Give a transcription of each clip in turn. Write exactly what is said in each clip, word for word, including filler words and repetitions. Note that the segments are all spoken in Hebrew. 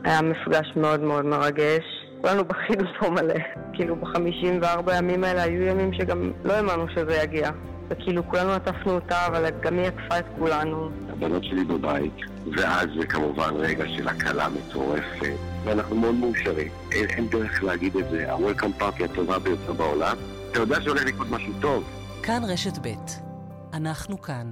היה מפגש מאוד מאוד מרגש. כולנו בכינו פה מלא. כאילו ב-חמישים וארבע ימים האלה היו ימים שגם לא האמנו שזה יגיע. וכאילו כולנו עטפנו אותה, אבל גם היא עטפה את כולנו. הבנות שלי בבית, ואז זה כמובן רגע של הקלה מטורפת. ואנחנו מאוד מאושרים. אין, אין דרך להגיד את זה. ה-Welcome Party הטובה ביותר בעולם. אתה יודע שהולך לקרות משהו טוב. כאן רשת ב' אנחנו כאן.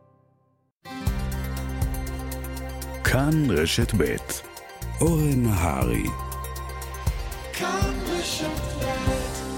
כאן רשת ב' אורן נהרי. כאן רשת ב'.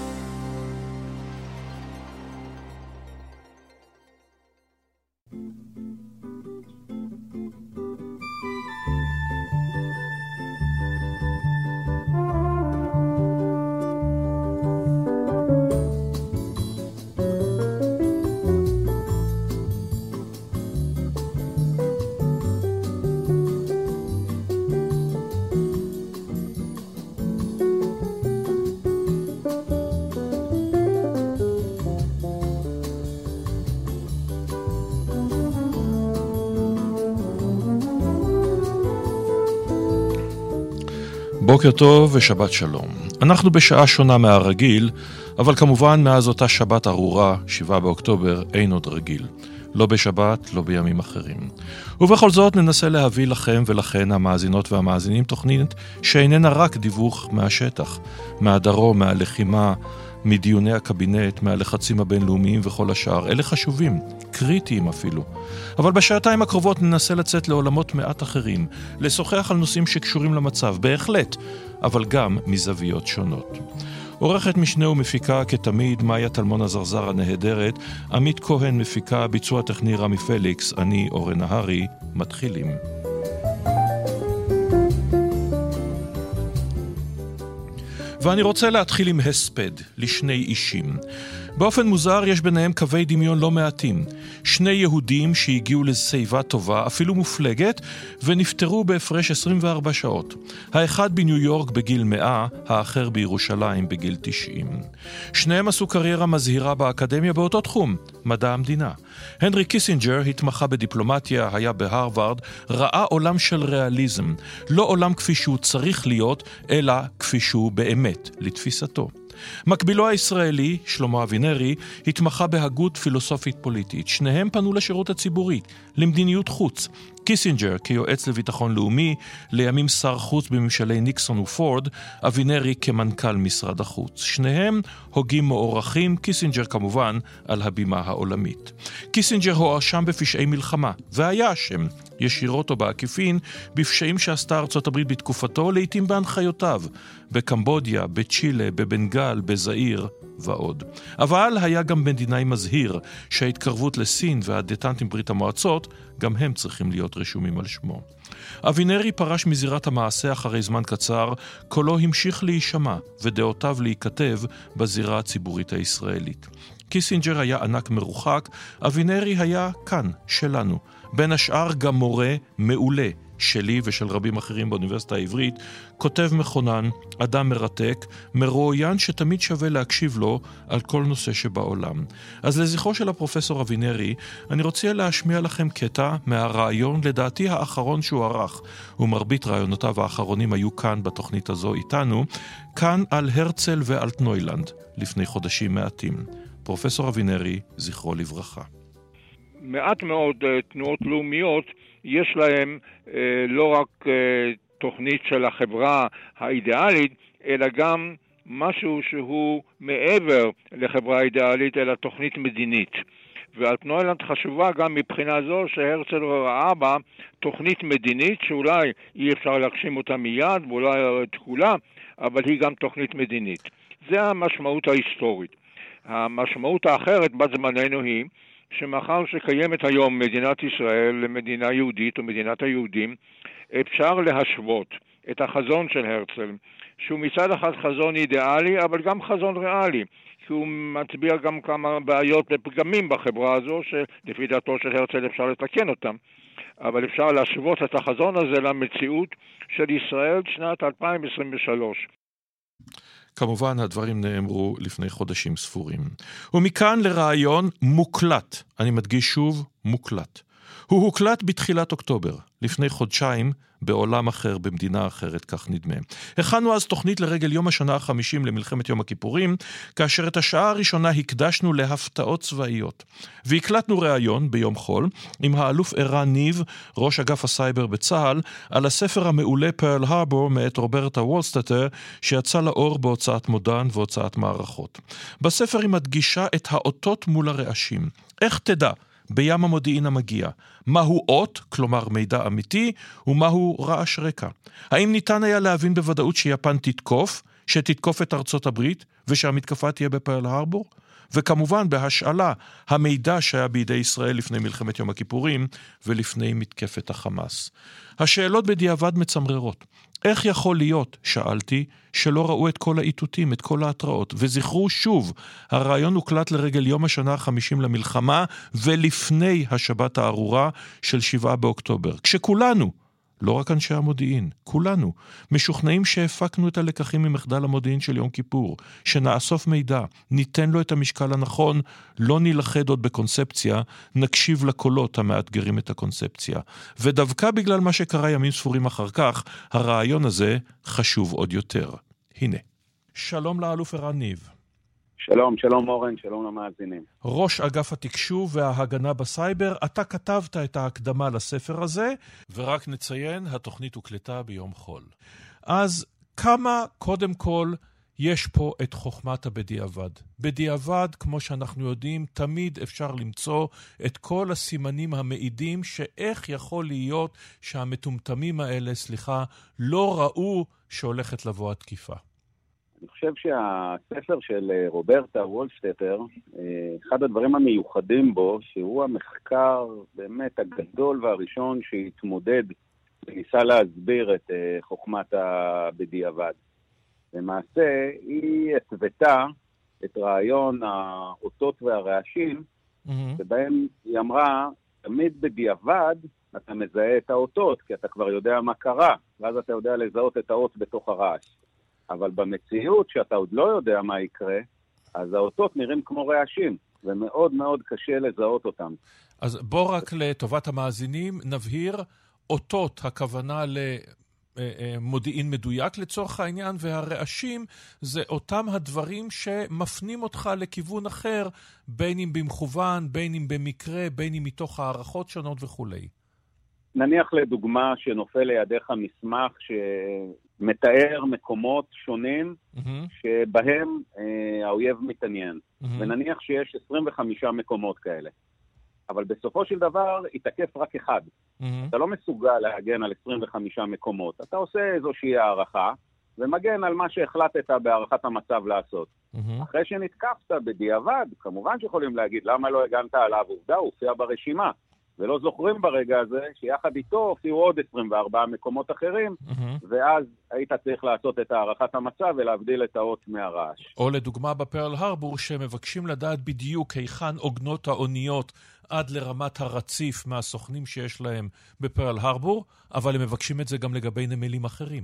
בוקר טוב ושבת שלום. אנחנו בשעה שונה מהרגיל, אבל כמובן מאז אותה שבת ארורה, שבעה באוקטובר, אין עוד רגיל. לא בשבת, לא בימים אחרים. ובכל זאת ננסה להביא לכם ולכן המאזינות והמאזינים תוכנית שאיננה רק דיווח מהשטח, מהדרום, מהלחימה, מדיוני הקבינט, מהלחצים הבינלאומיים וכל השאר. אלה חשובים, קריטיים אפילו. אבל בשעתיים הקרובות ננסה לצאת לעולמות מעט אחרים, לשוחח על נושאים שקשורים למצב, בהחלט, אבל גם מזוויות שונות. עורכת משנה ומפיקה כתמיד מאיה טלמון הזרזר הנהדרת, עמית כהן מפיקה, ביצוע טכני רמי פליקס, אני אורן נהרי, מתחילים. ואני רוצה להתחיל עם הספד לשני אישים. באופן מוזר יש ביניהם קווי דמיון לא מעטים. שני יהודים שהגיעו לשיבה טובה, אפילו מופלגת, ונפטרו בהפרש עשרים וארבע שעות. האחד בניו יורק בגיל מאה, האחר בירושלים בגיל תשעים. שניהם עשו קריירה מזהירה באקדמיה באותו תחום, מדע המדינה. הנרי קיסינג'ר התמחה בדיפלומטיה, היה בהרווארד, ראה עולם של ריאליזם, לא עולם כפי שהוא צריך להיות, אלא כפי שהוא באמת, לתפיסתו. מקבילו הישראלי, שלמה אבינרי, התמחה בהגות פילוסופית פוליטית. שניהם פנו לשירות הציבורי, למדיניות חוץ. קיסינג'ר כיועץ לביטחון לאומי, לימים שר חוץ בממשלי ניקסון ופורד, אבינרי כמנכ"ל משרד החוץ. שניהם הוגים מוערכים, קיסינג'ר כמובן על הבימה העולמית. קיסינג'ר הואשם בפשעי מלחמה, והיה אשם, ישירות או בעקיפין, בפשעים שעשתה ארצות הברית בתקופתו, לעתים בהנחיותיו, בקמבודיה, בצ'ילה, בבנגל, בזעיר ועוד. אבל היה גם מדינאי מזהיר שההתקרבות לסין והדטנט עם ברית המועצות, גם הם צריכים להיות רשומים על שמו. אבינרי פרש מזירת המעשה אחרי זמן קצר, קולו המשיך להישמע ודעותיו להיכתב בזירה הציבורית הישראלית. קיסינג'ר היה ענק מרוחק, אבינרי היה כאן, שלנו. בין השאר גם מורה מעולה, שלי ושל רבים אחרים באוניברסיטה העברית, כותב מכונן, אדם מרתק, מרואיין שתמיד שווה להקשיב לו על כל נושא שבעולם. אז לזכרו של הפרופסור אבינרי, אני רוצה להשמיע לכם קטע מהרעיון, לדעתי האחרון שהוא ערך, ומרבית רעיונותיו האחרונים היו כאן בתוכנית הזו איתנו, כאן על הרצל ואלטנוילנד, לפני חודשים מעטים. פרופסור אבינרי, זכרו לברכה. מעט מאוד uh, תנועות לאומיות יש להם uh, לא רק uh, תוכנית של החברה האידיאלית, אלא גם משהו שהוא מעבר לחברה האידיאלית, אלא תוכנית מדינית. ואלטנוילנד חשובה גם מבחינה זו שהרצל ראה בה תוכנית מדינית שאולי אי אפשר להגשים אותה מיד ואולי את כולה, אבל היא גם תוכנית מדינית. זה המשמעות ההיסטורית. המשמעות האחרת בזמננו היא שמאחר שקיימת היום מדינת ישראל למדינה יהודית או מדינת היהודים, אפשר להשוות את החזון של הרצל, שהוא מצד אחד חזון אידיאלי, אבל גם חזון ריאלי, כי הוא מצביע גם כמה בעיות ופגמים בחברה הזו, שלפי דעתו של הרצל אפשר לתקן אותם. אבל אפשר להשוות את החזון הזה למציאות של ישראל שנת אלפיים עשרים ושלוש. כמובן הדברים נאמרו לפני חודשים ספורים. ומכאן לרעיון מוקלט, אני מדגיש שוב, מוקלט. הוא הוקלט בתחילת אוקטובר, לפני חודשיים, בעולם אחר, במדינה אחרת, כך נדמה. הכנו אז תוכנית לרגל יום השנה החמישים למלחמת יום הכיפורים, כאשר את השעה הראשונה הקדשנו להפתעות צבאיות. והקלטנו ראיון ביום חול עם האלוף ערן ניב, ראש אגף הסייבר בצה"ל, על הספר המעולה פרל הרבור מאת רוברטה וולסטטר, שיצא לאור בהוצאת מודן והוצאת מערכות. בספר היא מדגישה את האותות מול הרעשים. איך תדע בים המודיעין המגיע מהו אות, כלומר מידע אמיתי, ומהו רעש רקע? האם ניתן היה להבין בוודאות שיפן תתקוף, שתתקוף את ארצות הברית, ושהמתקפה תהיה בפרל הרבור? וכמובן בהשאלה המידע שהיה בידי ישראל לפני מלחמת יום הכיפורים ולפני מתקפת החמאס. השאלות בדיעבד מצמררות. איך יכול להיות, שאלתי, שלא ראו את כל העיתותים, את כל ההתראות, וזכרו שוב, הרעיון הוקלט לרגל יום השנה החמישים למלחמה ולפני השבת הארורה של שבעה באוקטובר, כשכולנו, לא רק אנשי המודיעין, כולנו, משוכנעים שהפקנו את הלקחים ממחדל המודיעין של יום כיפור, שנאסוף מידע, ניתן לו את המשקל הנכון, לא נלחד עוד בקונספציה, נקשיב לקולות המאתגרים את הקונספציה. ודווקא בגלל מה שקרה ימים ספורים אחר כך, הרעיון הזה חשוב עוד יותר. הנה. שלום לאלוף ערן ניב. שלום, שלום אורן, שלום למאזינים. ראש אגף התקשוב וההגנה בסייבר, אתה כתבת את ההקדמה לספר הזה, ורק נציין, התוכנית הוקלטה ביום חול. אז כמה, קודם כל, יש פה את חוכמת הבדיעבד. בדיעבד, כמו שאנחנו יודעים, תמיד אפשר למצוא את כל הסימנים המעידים שאיך יכול להיות שהמטומטמים האלה, סליחה, לא ראו שהולכת לבוא התקיפה. אני חושב שהספר של רוברטה וולסטטר, אחד הדברים המיוחדים בו, שהוא המחקר באמת הגדול והראשון שהתמודד וניסה להסביר את חוכמת הבדיעבד. למעשה, היא התוותה את רעיון האותות והרעשים, mm-hmm. שבהם היא אמרה, תמיד בדיעבד אתה מזהה את האותות, כי אתה כבר יודע מה קרה, ואז אתה יודע לזהות את האות בתוך הרעש. אבל במציאות, שאתה עוד לא יודע מה יקרה, אז האותות נראים כמו רעשים, ומאוד מאוד קשה לזהות אותם. אז בוא רק לטובת המאזינים נבהיר, אותות הכוונה למודיעין מדויק לצורך העניין, והרעשים זה אותם הדברים שמפנים אותך לכיוון אחר, בין אם במכוון, בין אם במקרה, בין אם מתוך הערכות שונות וכו'. נניח לדוגמה שנופל לידיך מסמך שמתאר מקומות שונים mm-hmm. שבהם אה, האויב מתעניין. Mm-hmm. ונניח שיש עשרים וחמישה מקומות כאלה. אבל בסופו של דבר יתקף רק אחד. Mm-hmm. אתה לא מסוגל להגן על עשרים וחמישה מקומות. אתה עושה איזושהי הערכה ומגן על מה שהחלטת בהערכת המצב לעשות. Mm-hmm. אחרי שנתקפת בדיעבד, כמובן שיכולים להגיד למה לא הגנת עליו, עובדה, הוא הופיע ברשימה. ולא זוכרים ברגע הזה שיחד איתו הופיעו עוד עשרים וארבעה מקומות אחרים, mm-hmm. ואז היית צריך לעשות את הערכת המצב ולהבדיל את האות מהרעש. או לדוגמה בפרל הרבור שמבקשים לדעת בדיוק היכן עוגנות האוניות עד לרמת הרציף מהסוכנים שיש להם בפרל הרבור, אבל הם מבקשים את זה גם לגבי נמלים אחרים.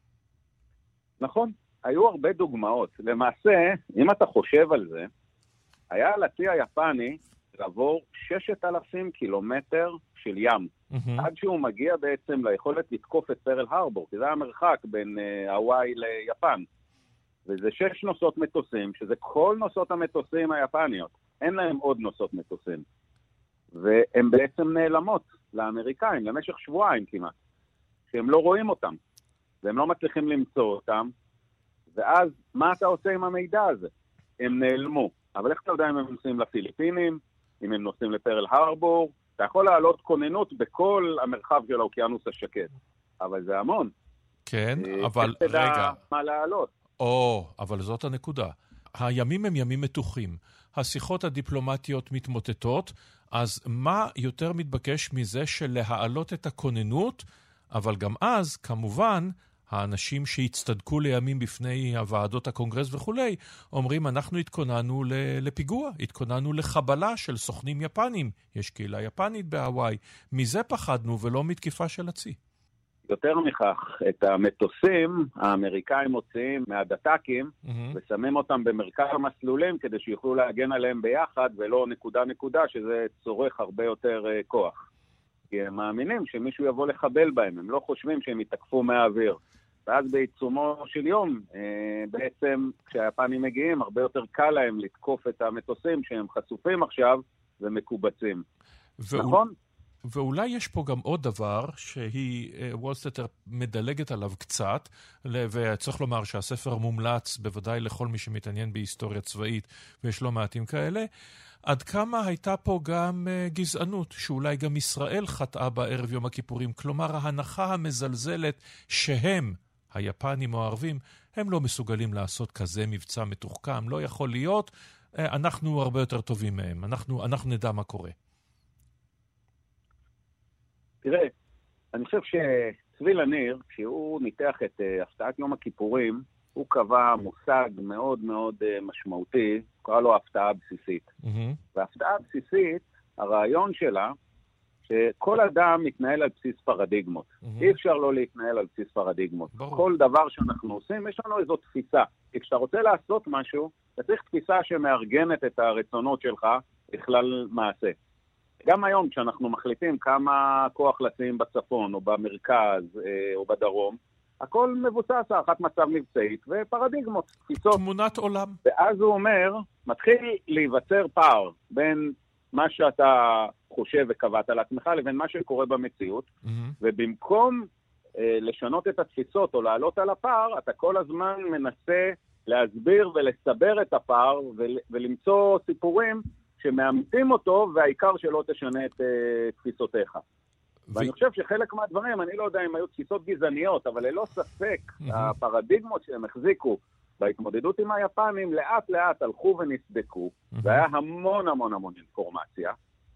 נכון, היו הרבה דוגמאות. למעשה, אם אתה חושב על זה, היה על הצי היפני לעבור ששת אלפים קילומטר של ים, mm-hmm. עד שהוא מגיע בעצם ליכולת לתקוף את פרל הרבור, כי זה המרחק בין uh, הוואי ליפן. וזה שש נוסעות מטוסים, שזה כל נוסעות המטוסים היפניות. אין להם עוד נוסעות מטוסים. והן בעצם נעלמות לאמריקאים למשך שבועיים כמעט, שהם לא רואים אותם, והם לא מצליחים למצוא אותם, ואז מה אתה עושה עם המידע הזה? הם נעלמו. אבל איך אתה יודע אם הם נוסעים לפיליפינים, אם הם נוסעים לפרל הרבור? אתה יכול לעלות כוננות בכל המרחב של האוקיינוס השקט, אבל זה המון. כן, אבל רגע. תדע מה לעלות. או, אבל זאת הנקודה. הימים הם ימים מתוחים. השיחות הדיפלומטיות מתמוטטות, אז מה יותר מתבקש מזה של להעלות את הכוננות, אבל גם אז, כמובן, האנשים שהצטדקו לימים בפני הוועדות הקונגרס וכולי, אומרים, אנחנו התכוננו לפיגוע, התכוננו לחבלה של סוכנים יפנים. יש קהילה יפנית בהוואי. מזה פחדנו ולא מתקיפה של הצי. יותר מכך, את המטוסים האמריקאים מוציאים מהדתקים, mm-hmm. ושמים אותם במרכז המסלולים, כדי שיוכלו להגן עליהם ביחד, ולא נקודה נקודה, שזה צורך הרבה יותר uh, כוח. כי הם מאמינים שמישהו יבוא לחבל בהם, הם לא חושבים שהם יתקפו מהאוויר. ואז בעיצומו של יום, בעצם כשהיפנים מגיעים, הרבה יותר קל להם לתקוף את המטוסים שהם חשופים עכשיו ומקובצים. ואול... נכון? ואולי יש פה גם עוד דבר שהיא, וולסטטר מדלגת עליו קצת, וצריך לומר שהספר מומלץ בוודאי לכל מי שמתעניין בהיסטוריה צבאית, ויש לא מעטים כאלה, עד כמה הייתה פה גם גזענות, שאולי גם ישראל חטאה בערב יום הכיפורים, כלומר ההנחה המזלזלת שהם, היפנים או הערבים, הם לא מסוגלים לעשות כזה מבצע מתוחכם, לא יכול להיות, אנחנו הרבה יותר טובים מהם, אנחנו, אנחנו נדע מה קורה. תראה, אני חושב שצבי לניר, כשהוא ניתח את uh, הפתעת יום הכיפורים, הוא קבע מושג מאוד מאוד uh, משמעותי, קרא לו הפתעה בסיסית. Mm-hmm. וההפתעה הבסיסית, הרעיון שלה, שכל אדם מתנהל על בסיס פרדיגמות. Mm-hmm. אי אפשר לא להתנהל על בסיס פרדיגמות. ברור. כל דבר שאנחנו עושים, יש לנו איזו תפיסה. כי כשאתה רוצה לעשות משהו, אתה צריך תפיסה שמארגנת את הרצונות שלך בכלל מעשה. גם היום כשאנחנו מחליטים כמה כוח לשים בצפון או במרכז או בדרום, הכל מבוסס הערכת מצב מבצעית ופרדיגמות, תפיסות. תמונת עולם. ואז הוא אומר, מתחיל להיווצר פער בין מה שאתה חושב וקבעת לעצמך לבין מה שקורה במציאות, mm-hmm. ובמקום אה, לשנות את התפיסות או לעלות על הפער, אתה כל הזמן מנסה להסביר ולסבר את הפער ול, ולמצוא סיפורים שמאמתים אותו, והעיקר שלא תשנה את uh, תפיסותיך. ו... ואני חושב שחלק מהדברים, אני לא יודע אם היו תפיסות גזעניות, אבל ללא ספק, mm-hmm. הפרדיגמות שהם החזיקו בהתמודדות עם היפנים, לאט לאט הלכו ונסדקו, mm-hmm. והיה המון המון המון אינפורמציה,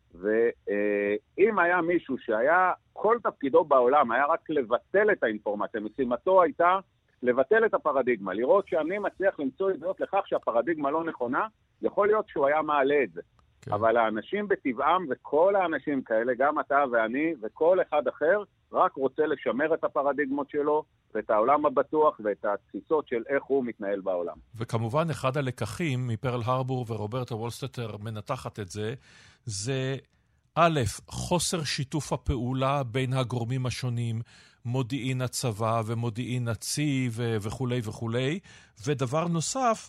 ואם uh, היה מישהו שהיה, כל תפקידו בעולם היה רק לבטל את האינפורמציה, משימתו הייתה לבטל את הפרדיגמה, לראות שאני מצליח למצוא עדויות לכך שהפרדיגמה לא נכונה, יכול להיות שהוא היה מעלה את זה. כן. אבל האנשים בטבעם, וכל האנשים כאלה, גם אתה ואני, וכל אחד אחר, רק רוצה לשמר את הפרדיגמות שלו, ואת העולם הבטוח, ואת התפיסות של איך הוא מתנהל בעולם. וכמובן, אחד הלקחים מפרל הרבור, ורוברטה וולסטטר מנתחת את זה, זה א', חוסר שיתוף הפעולה בין הגורמים השונים, מודיעין הצבא ומודיעין הצי וכו' וכו'. ודבר נוסף,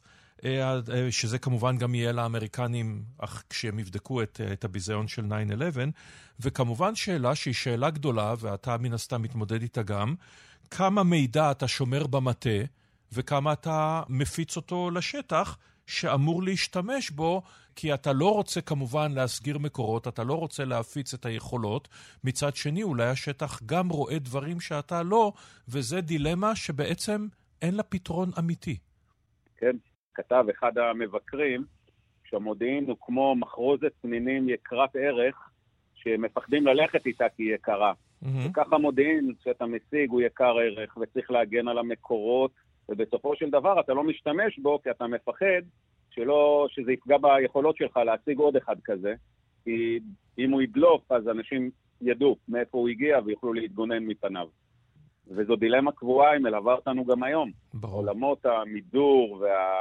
שזה כמובן גם יהיה לאמריקנים כשהם יבדקו את, את הביזיון של תשע אחת עשרה, וכמובן שאלה שהיא שאלה גדולה, ואתה מן הסתם מתמודד איתה גם, כמה מידע אתה שומר במטה, וכמה אתה מפיץ אותו לשטח, שאמור להשתמש בו, כי אתה לא רוצה כמובן להסגיר מקורות, אתה לא רוצה להפיץ את היכולות, מצד שני אולי השטח גם רואה דברים שאתה לא, וזה דילמה שבעצם אין לה פתרון אמיתי. כן. כתב אחד המבקרים שהמודיעין הוא כמו מחרוזת פנינים יקרת ערך שמפחדים ללכת איתה כי היא יקרה. Mm-hmm. וככה מודיעין שאתה משיג הוא יקר ערך וצריך להגן על המקורות, ובסופו של דבר אתה לא משתמש בו כי אתה מפחד שלא, שזה יפגע ביכולות שלך להשיג עוד אחד כזה, כי אם הוא ידלוף אז אנשים ידעו מאיפה הוא הגיע ויוכלו להתגונן מפניו. וזו דילמה קבועה, היא מלווה אותנו גם היום. ברור. עולמות המידור וה...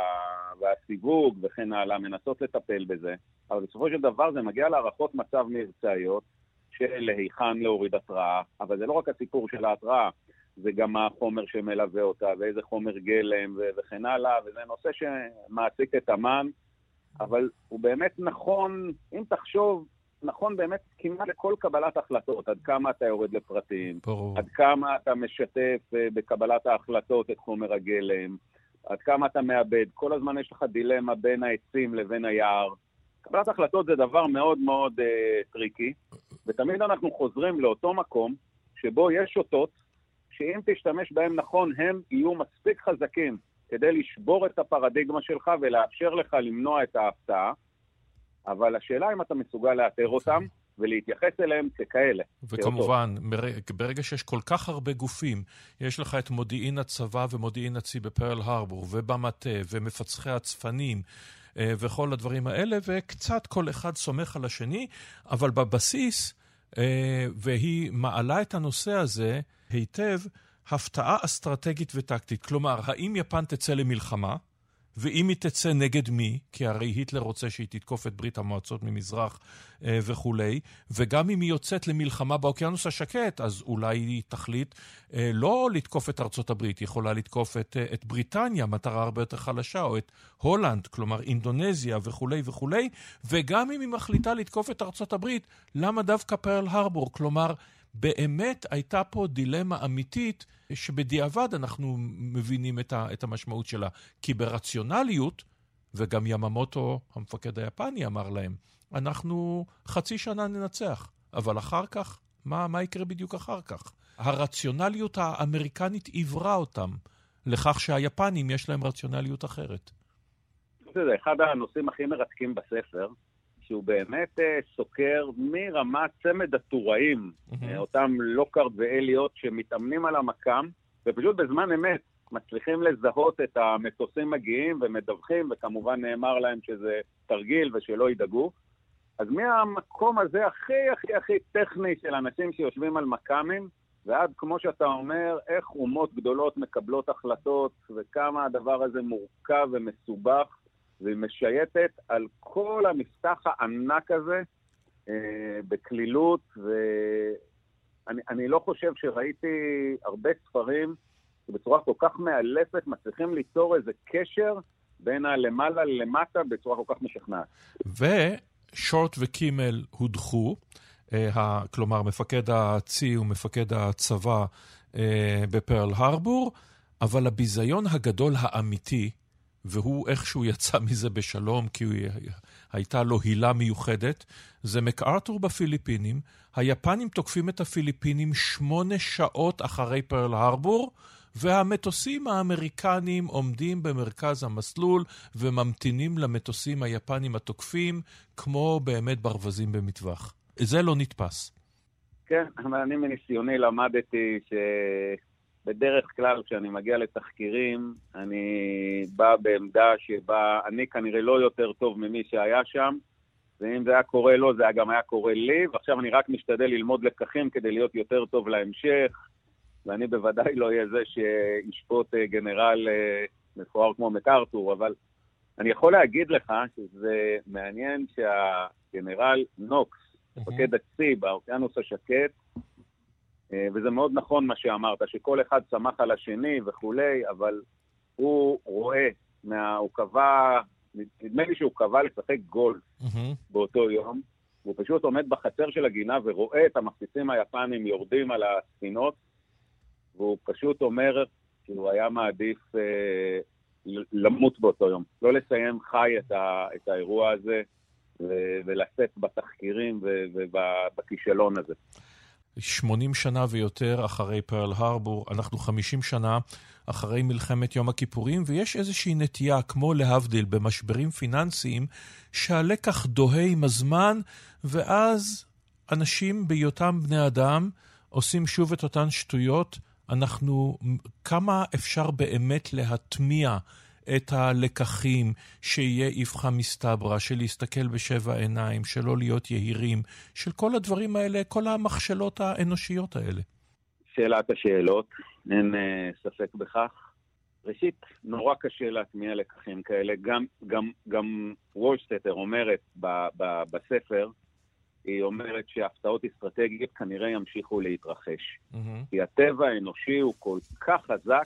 והסיווג וכן הלאה מנסות לטפל בזה, אבל בסופו של דבר זה מגיע להערכות מצב מבצעיות של להיכן להוריד התראה, אבל זה לא רק הסיפור של ההתראה, זה גם החומר שמלווה אותה, ואיזה חומר גלם ו... וכן הלאה, וזה נושא שמעסיק את אמן, אבל הוא באמת נכון, אם תחשוב, נכון באמת כמעט לכל קבלת החלטות, עד כמה אתה יורד לפרטים, ברור. עד כמה אתה משתף בקבלת ההחלטות את חומר הגלם, עד כמה אתה מאבד, כל הזמן יש לך דילמה בין העצים לבין היער. קבלת החלטות זה דבר מאוד מאוד uh, טריקי, ותמיד אנחנו חוזרים לאותו מקום שבו יש אותות, שאם תשתמש בהם נכון, הם יהיו מספיק חזקים כדי לשבור את הפרדיגמה שלך ולאפשר לך למנוע את ההפתעה, אבל השאלה אם אתה מסוגל לאתר אותם ולהתייחס אליהם ככאלה. וכמובן, ברגע שיש כל כך הרבה גופים, יש לך את מודיעין הצבא ומודיעין הצי בפרל הרבור, ובמטה, ומפצחי הצפנים, וכל הדברים האלה, וקצת כל אחד סומך על השני, אבל בבסיס, והיא מעלה את הנושא הזה היטב, הפתעה אסטרטגית וטקטית. כלומר, האם יפן תצא למלחמה, ואם היא תצא נגד מי, כי הרי היטלר רוצה שהיא תתקוף את ברית המועצות ממזרח אה, וכולי, וגם אם היא יוצאת למלחמה באוקיינוס השקט, אז אולי היא תחליט אה, לא לתקוף את ארצות הברית, היא יכולה לתקוף את, אה, את בריטניה, מטרה הרבה יותר חלשה, או את הולנד, כלומר אינדונזיה וכולי וכולי, וגם אם היא מחליטה לתקוף את ארצות הברית, למה דווקא פרל הרבור? כלומר, באמת הייתה פה דילמה אמיתית שבדיעבד אנחנו מבינים את, ה, את המשמעות שלה. כי ברציונליות, וגם יממוטו, המפקד היפני, אמר להם, אנחנו חצי שנה ננצח, אבל אחר כך, מה, מה יקרה בדיוק אחר כך? הרציונליות האמריקנית עברה אותם לכך שהיפנים יש להם רציונליות אחרת. זה אחד הנושאים הכי מרתקים בספר, שהוא באמת סוקר מרמת צמד הטוראים, mm-hmm. אותם לוקארד ואליוט שמתאמנים על המקם, ופשוט בזמן אמת מצליחים לזהות את המטוסים מגיעים ומדווחים, וכמובן נאמר להם שזה תרגיל ושלא ידאגו. אז מהמקום הזה הכי הכי הכי טכני של אנשים שיושבים על מקמים, ועד כמו שאתה אומר, איך אומות גדולות מקבלות החלטות, וכמה הדבר הזה מורכב ומסובך, והיא משייטת על כל המפתח הענק הזה אה, בכלילות, ואני אני לא חושב שראיתי הרבה ספרים שבצורה כל כך מאלפת מצליחים ליצור איזה קשר בין הלמעלה למטה בצורה כל כך משכנעת. ושורט וקימל הודחו, אה, כלומר מפקד הצי ומפקד הצבא אה, בפרל הרבור, אבל הביזיון הגדול האמיתי, והוא איכשהו יצא מזה בשלום, כי הייתה לו הילה מיוחדת, זה מקארתור בפיליפינים. היפנים תוקפים את הפיליפינים שמונה שעות אחרי פרל הרבור, והמטוסים האמריקנים עומדים במרכז המסלול, וממתינים למטוסים היפנים התוקפים, כמו באמת ברווזים במטווח. זה לא נתפס. כן, אבל אני מניסיוני למדתי ש... בדרך כלל, כשאני מגיע לתחקירים, אני בא בעמדה שבה אני כנראה לא יותר טוב ממי שהיה שם, ואם זה היה קורה לו, זה גם היה קורה לי, ועכשיו אני רק משתדל ללמוד לקחים כדי להיות יותר טוב להמשך, ואני בוודאי לא אהיה זה שישפוט גנרל מפואר כמו מקארתור, אבל אני יכול להגיד לך שזה מעניין שהגנרל נוקס, מפקד הצי באוקיינוס השקט, וזה מאוד נכון מה שאמרת, שכל אחד שמח על השני וכולי, אבל הוא רואה, מה, הוא קבע, נדמה לי שהוא קבע לשחק גולף mm-hmm. באותו יום, הוא פשוט עומד בחצר של הגינה ורואה את המחציצים היפנים יורדים על הספינות, והוא פשוט אומר שהוא היה מעדיף אה, למות באותו יום, לא לסיים חי את, ה, את האירוע הזה, ו- ולשאת בתחקירים ובכישלון הזה. שמונים שנה ויותר אחרי פרל הרבור, אנחנו חמישים שנה אחרי מלחמת יום הכיפורים, ויש איזושהי נטייה, כמו להבדיל במשברים פיננסיים, שהלקח דוהה עם הזמן, ואז אנשים בהיותם בני אדם עושים שוב את אותן שטויות. אנחנו, כמה אפשר באמת להטמיע את הלקחים, שיהיה איפכא מסתברא, של להסתכל בשבע עיניים, שלא להיות יהירים, של כל הדברים האלה, כל המכשלות האנושיות האלה. שאלת השאלות, אין uh, ספק בכך. ראשית, נורא קשה להטמיע לקחים כאלה. גם, גם, גם וולשטטר אומרת ב, ב, בספר, היא אומרת שהפתעות אסטרטגיות כנראה ימשיכו להתרחש. Mm-hmm. כי הטבע האנושי הוא כל כך חזק,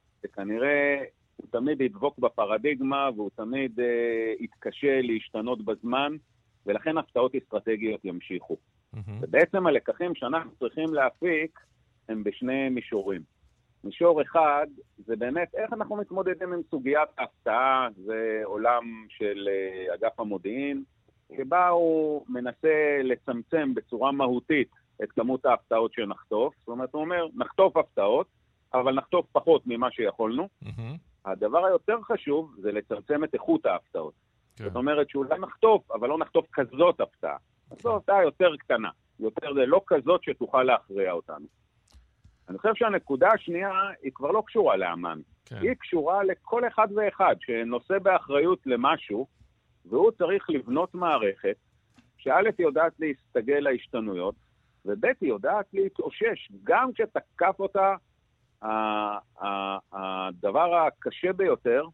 וכנראה הוא תמיד ידבוק בפרדיגמה, והוא תמיד אה, יתקשה להשתנות בזמן, ולכן הפתעות אסטרטגיות ימשיכו. Mm-hmm. ובעצם הלקחים שאנחנו צריכים להפיק, הם בשני מישורים. מישור אחד, זה באמת איך אנחנו מתמודדים עם סוגיית ההפתעה, זה עולם של אה, אגף המודיעין, שבה הוא מנסה לצמצם בצורה מהותית את כמות ההפתעות שנחטוף. זאת אומרת, הוא אומר, נחטוף הפתעות, אבל נחטוף פחות ממה שיכולנו. Mm-hmm. הדבר היותר חשוב זה לצמצם את איכות ההפתעות. כן. זאת אומרת שאולי נחטוף, אבל לא נחטוף כזאת הפתעה. כן. זו הפתעה יותר קטנה. יותר זה לא כזאת שתוכל להכריע אותנו. אני חושב שהנקודה השנייה היא כבר לא קשורה לאמן. כן. היא קשורה לכל אחד ואחד שנושא באחריות למשהו, והוא צריך לבנות מערכת שא' יודעת להסתגל להשתנויות, וב' יודעת להתאושש. גם כשתקף אותה, הדבר הקשה ביותר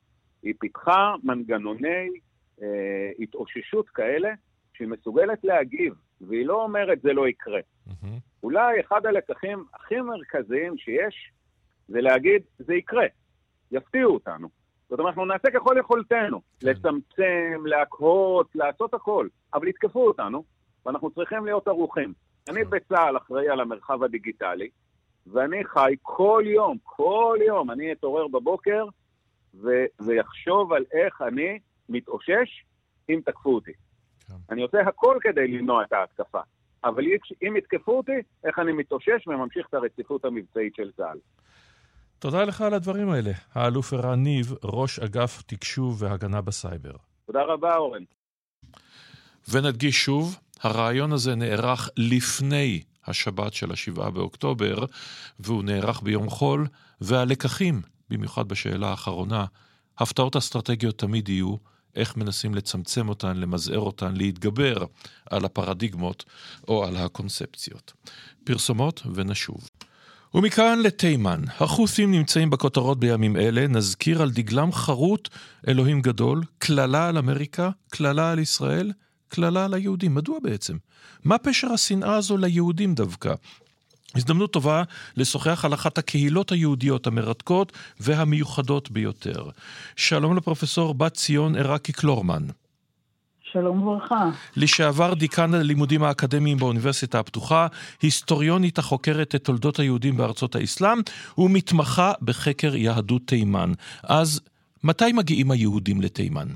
היא פיתחה מנגנוני אה, התאוששות כאלה, שהיא מסוגלת להגיב, והיא לא אומרת זה לא יקרה. Mm-hmm. אולי אחד הלקחים הכי מרכזיים שיש, זה להגיד זה יקרה, יפתיעו אותנו. זאת אומרת, אנחנו נעשה ככל יכולתנו, כן. לצמצם, להקהות, לעשות הכל, אבל יתקפו אותנו, ואנחנו צריכים להיות ערוכים. כן. אני בצה"ל אחראי על המרחב הדיגיטלי, ואני חי כל יום, כל יום, אני אתעורר בבוקר, ו- ויחשוב על איך אני מתאושש אם תקפו אותי. כן. אני עושה הכל כדי למנוע את ההתקפה, אבל אם יתקפו אותי, איך אני מתאושש וממשיך את הרציפות המבצעית של צה"ל. תודה לך על הדברים האלה. האלוף ערן ניב, ראש אגף תקשוב והגנה בסייבר. תודה רבה, אורן. ונדגיש שוב, הרעיון הזה נערך לפני השבת של השבעה באוקטובר, והוא נערך ביום חול, והלקחים, במיוחד בשאלה האחרונה, הפתעות אסטרטגיות תמיד יהיו, איך מנסים לצמצם אותן, למזער אותן, להתגבר על הפרדיגמות או על הקונספציות. פרסומות ונשוב. ומכאן לתימן. החות'ים נמצאים בכותרות בימים אלה, נזכיר על דגלם חרוט אלוהים גדול, כללה על אמריקה, כללה על ישראל, כללה על היהודים. מדוע בעצם? מה פשר השנאה הזו ליהודים דווקא? הזדמנות טובה לשוחח על אחת הקהילות היהודיות המרתקות והמיוחדות ביותר. שלום לפרופסור בת ציון עיראקי קלורמן. שלום וברכה. לשעבר דיקן הלימודים האקדמיים באוניברסיטה הפתוחה, היסטוריונית החוקרת את תולדות היהודים בארצות האסלאם, ומתמחה בחקר יהדות תימן. אז מתי מגיעים היהודים לתימן?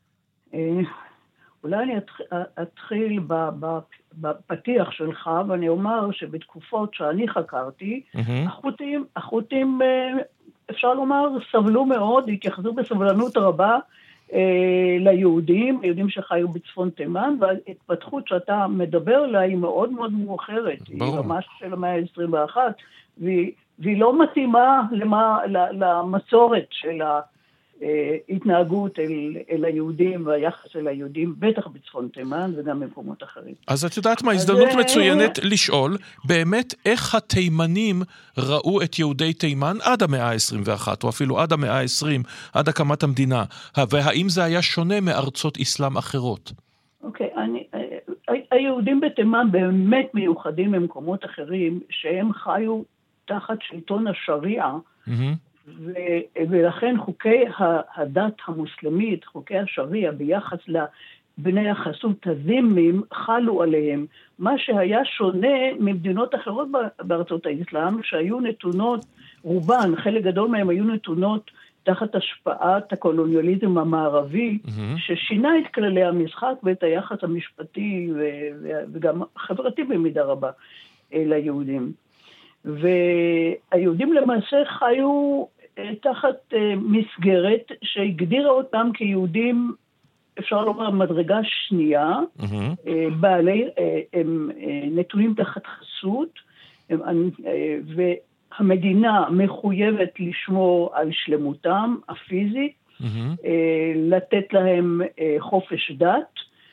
אולי אני אתחיל בפתיח שלך, ואני אומר שבתקופות שאני חקרתי, החות'ים, החות'ים, אפשר לומר, סבלו מאוד, התייחסו בסבלנות רבה ליהודים, היהודים שחיו בצפון תימן, וההתפתחות שאתה מדבר עליה היא מאוד מאוד מאוחרת, היא ממש של המאה ה-עשרים ואחת, והיא, והיא לא מתאימה למה, למסורת של ההתנהגות אל, אל היהודים והיחס אל היהודים, בטח בצפון תימן וגם במקומות אחרים. אז את יודעת מה, הזדמנות מצוינת לשאול, באמת איך התימנים ראו את יהודי תימן עד המאה ה-עשרים ואחת, או אפילו עד המאה ה-עשרים, עד הקמת המדינה, והאם זה היה שונה מארצות אסלאם אחרות? אוקיי, אני, היהודים בתימן באמת מיוחדים במקומות אחרים, שהם חיו תחת שלטון השריעה, ו, ולכן חוקי הדת המוסלמית, חוקי השריעה ביחס לבני החסות הזימים, חלו עליהם. מה שהיה שונה ממדינות אחרות בארצות האסלאם, שהיו נתונות, רובן, חלק גדול מהם היו נתונות תחת השפעת הקולוניאליזם המערבי, mm-hmm. ששינה את כללי המשחק ואת היחס המשפטי ו- וגם חברתי במידה רבה ליהודים. והיהודים למעשה חיו תחת מסגרת שהגדירה אותם כיהודים, אפשר לומר, מדרגה שנייה, mm-hmm. בעלי, הם נתונים תחת חסות, הם, והמדינה מחויבת לשמור על שלמותם הפיזית, mm-hmm. לתת להם חופש דת,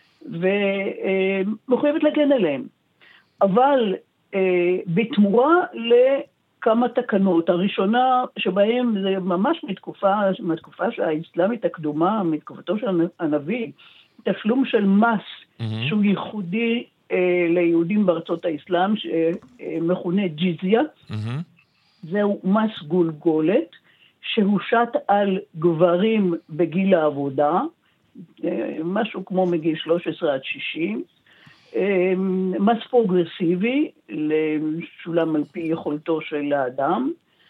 ומחויבת להגן עליהם. אבל בתמורה לכמה תקנות, הראשונה שבהם זה ממש מתקופה, מתקופה האסלאמית הקדומה, מתקופתו של הנביא, תשלום של מס mm-hmm. שהוא ייחודי אה, ליהודים בארצות האסלאם, שמכונה ג'יזיה, mm-hmm. זהו מס גולגולת, שהושת על גברים בגיל העבודה, אה, משהו כמו מגיל שלוש עשרה עד שישים, מס פרוגרסיבי, לשולם על פי יכולתו של האדם,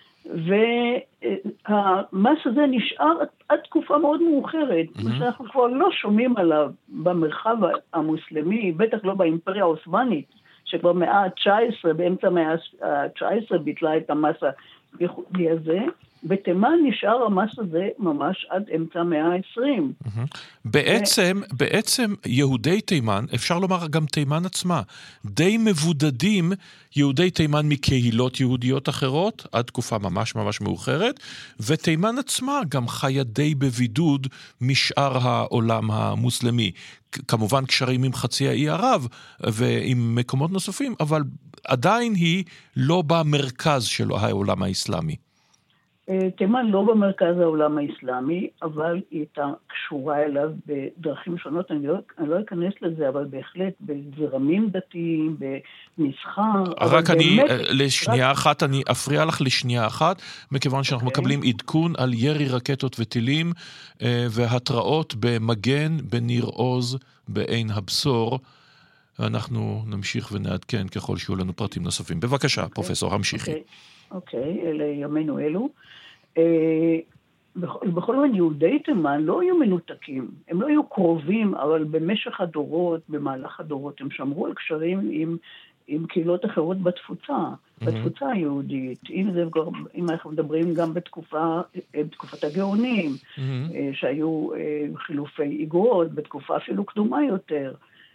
והמס הזה נשאר עד תקופה מאוד מאוחרת, mm-hmm. שאנחנו כבר לא שומעים עליו במרחב המוסלמי, בטח לא באימפריה העות'מאנית, שכבר מאה ה-תשע עשרה, באמצע מאה ה-תשע עשרה ביטלה את המס הייחודי הזה, בתימן נשאר המס הזה ממש עד אמצע מאה ה-עשרים. בעצם, בעצם יהודי תימן, אפשר לומר גם תימן עצמה, די מבודדים יהודי תימן מקהילות יהודיות אחרות, עד תקופה ממש ממש מאוחרת, ותימן עצמה גם חיה די בבידוד משאר העולם המוסלמי. כמובן קשרים עם חצי האי ערב ועם מקומות נוספים, אבל עדיין היא לא במרכז של העולם האסלאמי. תימן לא במרכז העולם האסלאמי, אבל היא הייתה קשורה אליו בדרכים שונות, אני לא, אני לא אכנס לזה, אבל בהחלט בזרמים דתיים, במסחר. רק אני, באמת, לשנייה רק... אחת, אני אפריע לך לשנייה אחת, מכיוון שאנחנו okay. מקבלים עדכון על ירי רקטות וטילים, והתראות במגן, בניר עוז, בעין הבשור. אנחנו נמשיך ונעדכן ככל שיהיו לנו פרטים נוספים. בבקשה, okay. פרופסור, המשיכי. אוקיי, okay. okay. אלה ימינו אלו. בכל, בכל זאת, יהודי תימן לא היו מנותקים, הם לא היו קרובים, אבל במשך הדורות, במהלך הדורות, הם שמרו על קשרים עם, עם קהילות אחרות בתפוצה, mm-hmm. בתפוצה היהודית, אם זה, אם אנחנו מדברים גם בתקופה, בתקופת הגאונים, mm-hmm. שהיו חילופי איגרות, בתקופה אפילו קדומה יותר,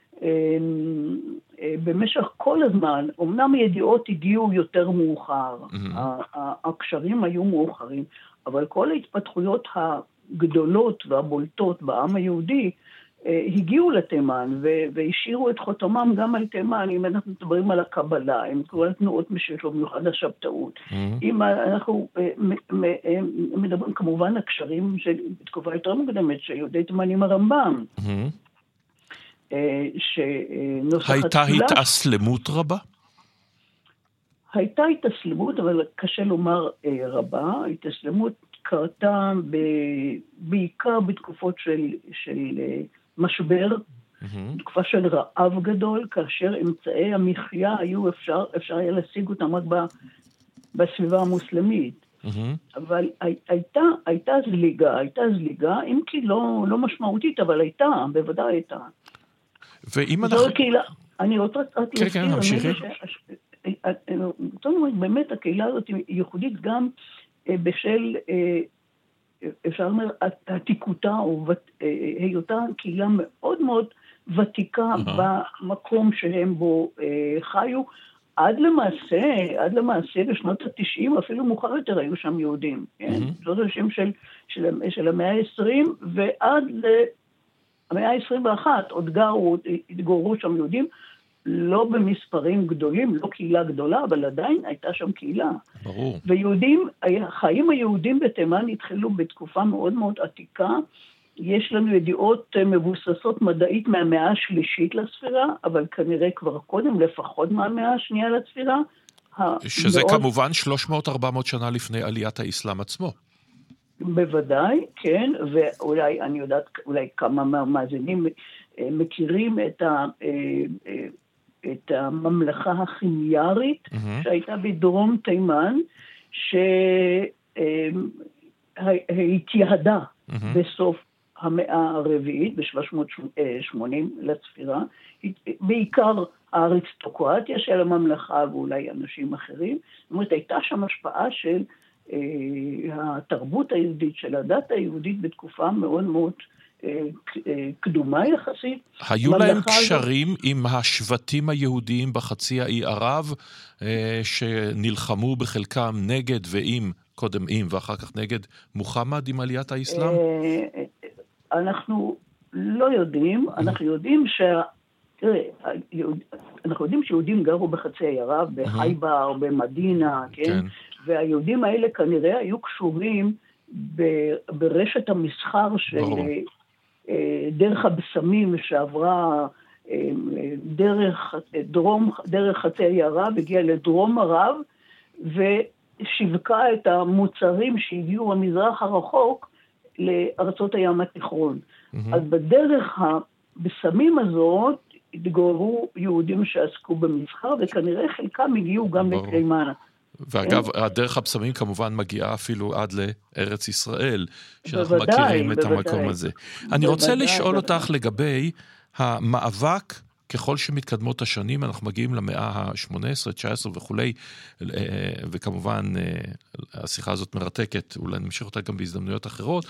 במשך כל הזמן, אמנם ידיעות הגיעו יותר מאוחר, mm-hmm. הקשרים היו מאוחרים, אבל כל ההתפתחויות הגדולות והבולטות בעם היהודי הגיעו לתימן והשאירו את חותמם גם על תימן. אם אנחנו מדברים על הקבלה, אם כל תנועות משלו, במיוחד השבתאות, mm-hmm. אם אנחנו מדברים כמובן הקשרים של תקופה יותר מוקדמת שיהודי תימן עם הרמב"ם, mm-hmm. הייתה התאסלמות רבה? הייתה התאסלמות, אבל קשה לומר רבה. התאסלמות קרתה ב... בעיקר בתקופות של, של משבר, mm-hmm. תקופה של רעב גדול, כאשר אמצעי המחיה היו אפשר, אפשר היה להשיג אותם רק ב... בסביבה המוסלמית. Mm-hmm. אבל הייתה, הייתה זליגה, הייתה זליגה, אם כי לא, לא משמעותית, אבל הייתה, בוודאי הייתה. ואם אנחנו... קהילה, אני רוצה רק כן, כן, נמשיכי. זאת אומרת, באמת הקהילה הזאת היא ייחודית גם בשל, אפשר לומר, עתיקותה או היותה קהילה מאוד מאוד ותיקה במקום שהם בו חיו. עד למעשה, עד למעשה בשנות התשעים, אפילו מאוחר יותר היו שם יהודים. זאת השם של המאה העשרים, ועד למאה העשרים ואחת עוד גרו, התגוררו שם יהודים, לא במספרים גדולים, לא קהילה גדולה, אבל עדיין הייתה שם קהילה. ברור. ויהודים, החיים היהודים בתימן התחילו בתקופה מאוד מאוד עתיקה. יש לנו ידיעות מבוססות מדעית מהמאה השלישית לספירה, אבל כנראה כבר קודם, לפחות מהמאה השנייה לספירה. שזה מאוד... כמובן שלוש מאות עד ארבע מאות שנה לפני עליית האסלאם עצמו. בוודאי, כן, ואולי, אני יודעת, אולי כמה מהמאזינים מכירים את ה... את הממלכה הכימיירית, mm-hmm. שהייתה בדרום תימן, שהתייהדה mm-hmm. בסוף המאה הרביעית, ב-שלוש מאות ושמונים לספירה, בעיקר האריסטוקרטיה של הממלכה, ואולי אנשים אחרים. זאת אומרת, הייתה שם השפעה של אה, התרבות היהודית, של הדת היהודית, בתקופה מאוד מאוד קדומה יחסית. היו להם קשרים עם השבטים היהודיים בחצי האי ערב, שנלחמו בחלקם נגד ועם, קודם עם ואחר כך נגד מוחמד עם עליית האסלאם? אנחנו לא יודעים, אנחנו יודעים ש... תראה, אנחנו יודעים שיהודים גרו בחצי האי ערב, בחייבר, במדינה, כן? והיהודים האלה כנראה היו קשורים ברשת המסחר של... דרך הבשמים שעברה דרך דרום, דרך חצי האי ערב, הגיעה לדרום ערב, ושיווקה את המוצרים שהגיעו במזרח הרחוק לארצות הים התיכון. Mm-hmm. אז בדרך הבשמים הזאת התגוררו יהודים שעסקו במסחר, וכנראה חלקם הגיעו גם לתימן. ואגב, הדרך הבשמים כמובן מגיעה אפילו עד לארץ ישראל, שאנחנו מכירים את המקום הזה. אני רוצה לשאול אותך לגבי המאבק, ככל שמתקדמות השנים, אנחנו מגיעים למאה ה-שמונה עשרה, תשע עשרה וכולי, וכמובן השיחה הזאת מרתקת, אולי נמשיך אותה גם בהזדמנויות אחרות,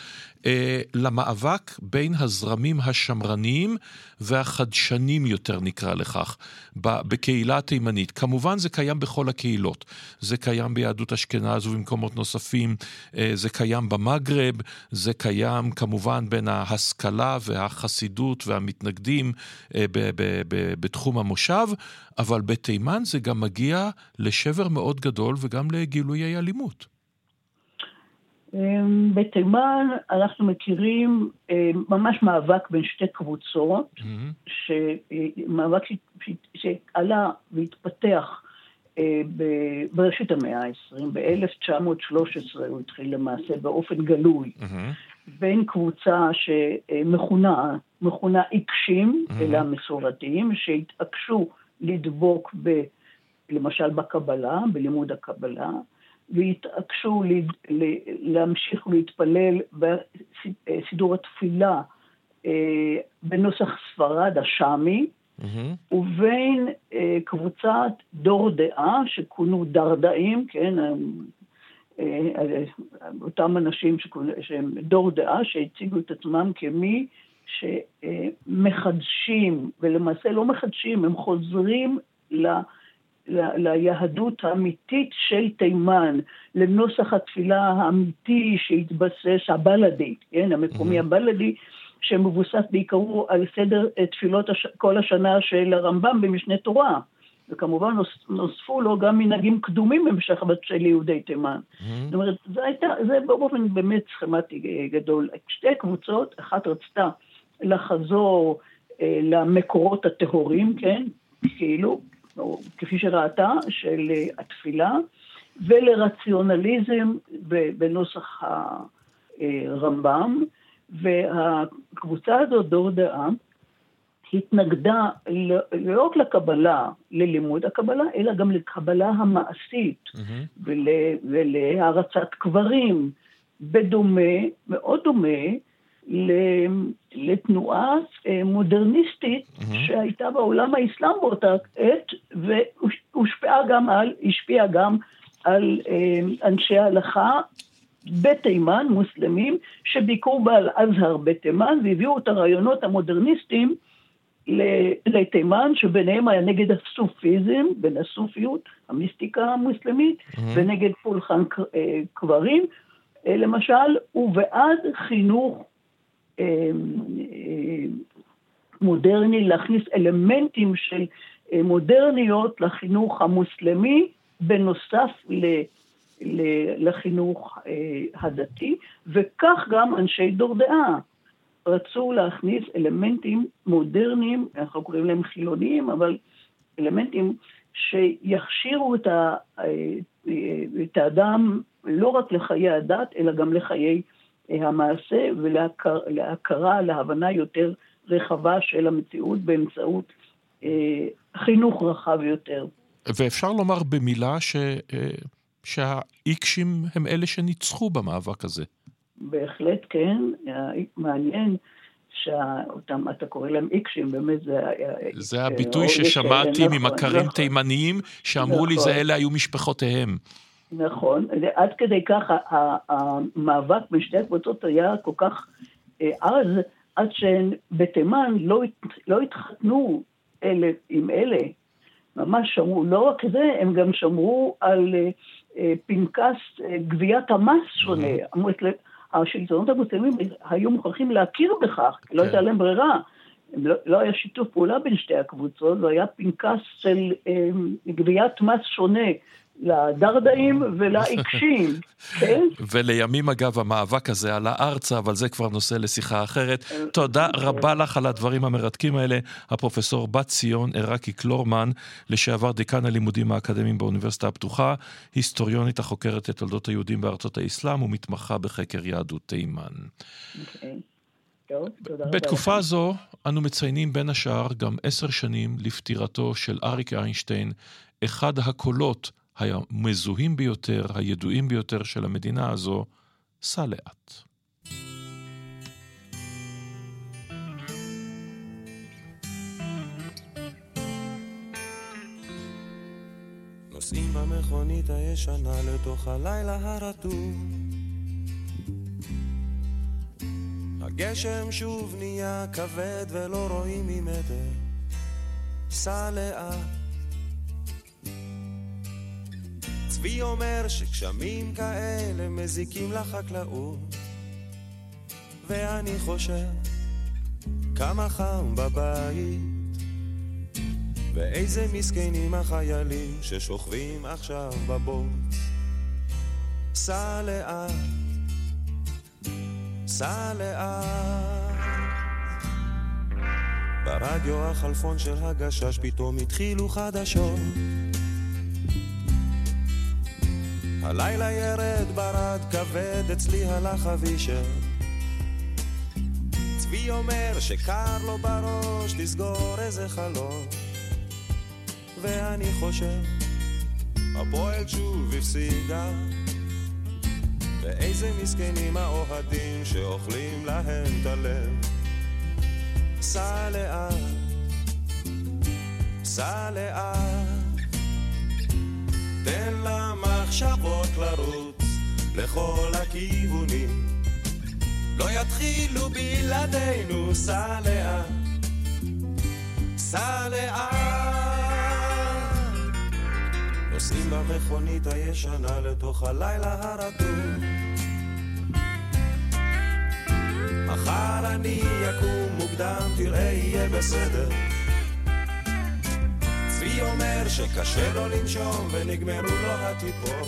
למאבק בין הזרמים השמרניים והחדשנים יותר נקרא לכך, בקהילה התימנית. כמובן זה קיים בכל הקהילות, זה קיים ביהדות אשכנז ובמקומות נוספים, זה קיים במגרב, זה קיים כמובן בין ההשכלה והחסידות והמתנגדים ב- ב- בתחום המושב, אבל בתימן זה גם מגיע לשבר מאוד גדול וגם לגילויי אלימות. בתימן אנחנו מכירים ממש מאבק בין שתי קבוצות, מאבק שעלה והתפתח בראשית המאה ה-עשרים, ב-אלף תשע מאות ושלוש עשרה הוא התחיל למעשה באופן גלוי, בין קבוצה שמכונה, מכונה עיקשים, אלה המסורתיים, שהתעקשו לדבוק ב, למשל בקבלה, בלימוד הקבלה, והתעקשו להמשיך להתפלל בסידור התפילה בנוסח ספרד השמי, ובין קבוצת דור דעה שכונו דרדאים, כן, אותם אנשים שהם דור דעה שהציגו את עצמם כמי שמחדשים, ולמעשה לא מחדשים, הם חוזרים ל... ליהדות האמיתית של תימן, לנוסח התפילה האמיתי שהתבסס, הבלדי, כן, המקומי הבלדי, שמבוסס בעיקרו על סדר תפילות הש... כל השנה של הרמב"ם במשנה תורה, וכמובן נוספו לו גם מנהגים קדומים במשך הבת של יהודי תימן. זאת אומרת, זה, הייתה, זה באופן באמת סכמטי גדול. שתי קבוצות, אחת רצתה לחזור אה, למקורות הטהורים, כן, כאילו, או כפי שראתה, של התפילה, ולרציונליזם בנוסח הרמב"ם, והקבוצה הזאת, דור דעה, התנגדה לא רק לקבלה, ללימוד הקבלה, אלא גם לקבלה המעשית, mm-hmm. ול, ולהרצת קברים, בדומה, מאוד דומה, לתנועה מודרניסטית mm-hmm. שהייתה בעולם האסלאם באותה עת, והושפעה גם על, השפיעה גם על אנשי ההלכה בתימן, מוסלמים, שביקרו בעל אזהר בתימן, והביאו את הרעיונות המודרניסטיים לתימן, שביניהם היה נגד הסופיזם, בין הסופיות, המיסטיקה המוסלמית, mm-hmm. ונגד פולחן קברים, למשל, ובעד חינוך מודרני, להכניס אלמנטים של מודרניות לחינוך המוסלמי, בנוסף ל, ל, לחינוך הדתי, וכך גם אנשי דור דעה רצו להכניס אלמנטים מודרניים, אנחנו קוראים להם חילוניים, אבל אלמנטים שיכשירו את, ה, את האדם לא רק לחיי הדת, אלא גם לחיי המעשה, ולהכרה, להבנה יותר רחבה של המציאות באמצעות אה, חינוך רחב יותר. ואפשר לומר במילה ש, אה, שהאיקשים הם אלה שניצחו במאבק הזה. בהחלט כן, מעניין שאותם, אתה קורא להם איקשים, באמת זה... זה הביטוי ששמעתי ממכרים תימניים, שאמרו לי זה אלה היו משפחותיהם. נכון, עד כדי כך המאבק בין שתי הקבוצות היה כל כך אז, עד שבתימן לא, לא התחתנו אלה עם אלה, ממש שמרו, לא רק זה, הם גם שמרו על פנקס גביית המס שונה, השלטונות המוסלמים היו מוכרחים להכיר בכך, לא הייתה להם ברירה, לא, לא היה שיתוף פעולה בין שתי הקבוצות, לא היה פנקס של גביית מס שונה, לדרדאים ולעיקשים, כן? ולימים אגב המאבק הזה על הארצה, אבל זה כבר נושא לשיחה אחרת. תודה רבה לך על הדברים המרתקים האלה, הפרופסור בת ציון עיראקי קלורמן, לשעבר דיקן הלימודים האקדמיים באוניברסיטה הפתוחה, היסטוריונית החוקרת את תולדות היהודים בארצות האסלאם ומתמחה בחקר יהדות תימן. בתקופה זו אנו מציינים בין השאר גם עשר שנים לפטירתו של אריק איינשטיין, אחד הקולות המזוהים ביותר, הידועים ביותר של המדינה הזו. סע לאט. נוסעים במכונית הישנה לתוך הלילה הרטוב, הגשם שוב נהיה כבד ולא רואים ממטר. סע לאט. צבי אומר שגשמים כאלה מזיקים לחקלאות, ואני חושב כמה חם בבית, ואיזה מסכנים החיילים ששוכבים עכשיו בבוץ. סע לאט, סע לאט. ברדיו החלפון של הגשש פתאום התחילו חדשות. הלילה ירד ברד כבד, אצלי הלך אבישר. צבי אומר שקר לו בראש, תסגור איזה חלום. ואני חושב, הפועל שוב הפסידה, ואיזה מסכנים האוהדים שאוכלים להם את הלב. סע לאט, סע לאט, תן למחשבות לרוץ לכל הכיוונים, לא יתחילו בלעדינו. סע לאט, סע לאט, נוסעים במכונית הישנה לתוך הלילה הרטוב. מחר אני יקום מוקדם, תראה יהיה בסדר. צבי אומר שקשה לו לנשום ונגמרו לו הטיפות.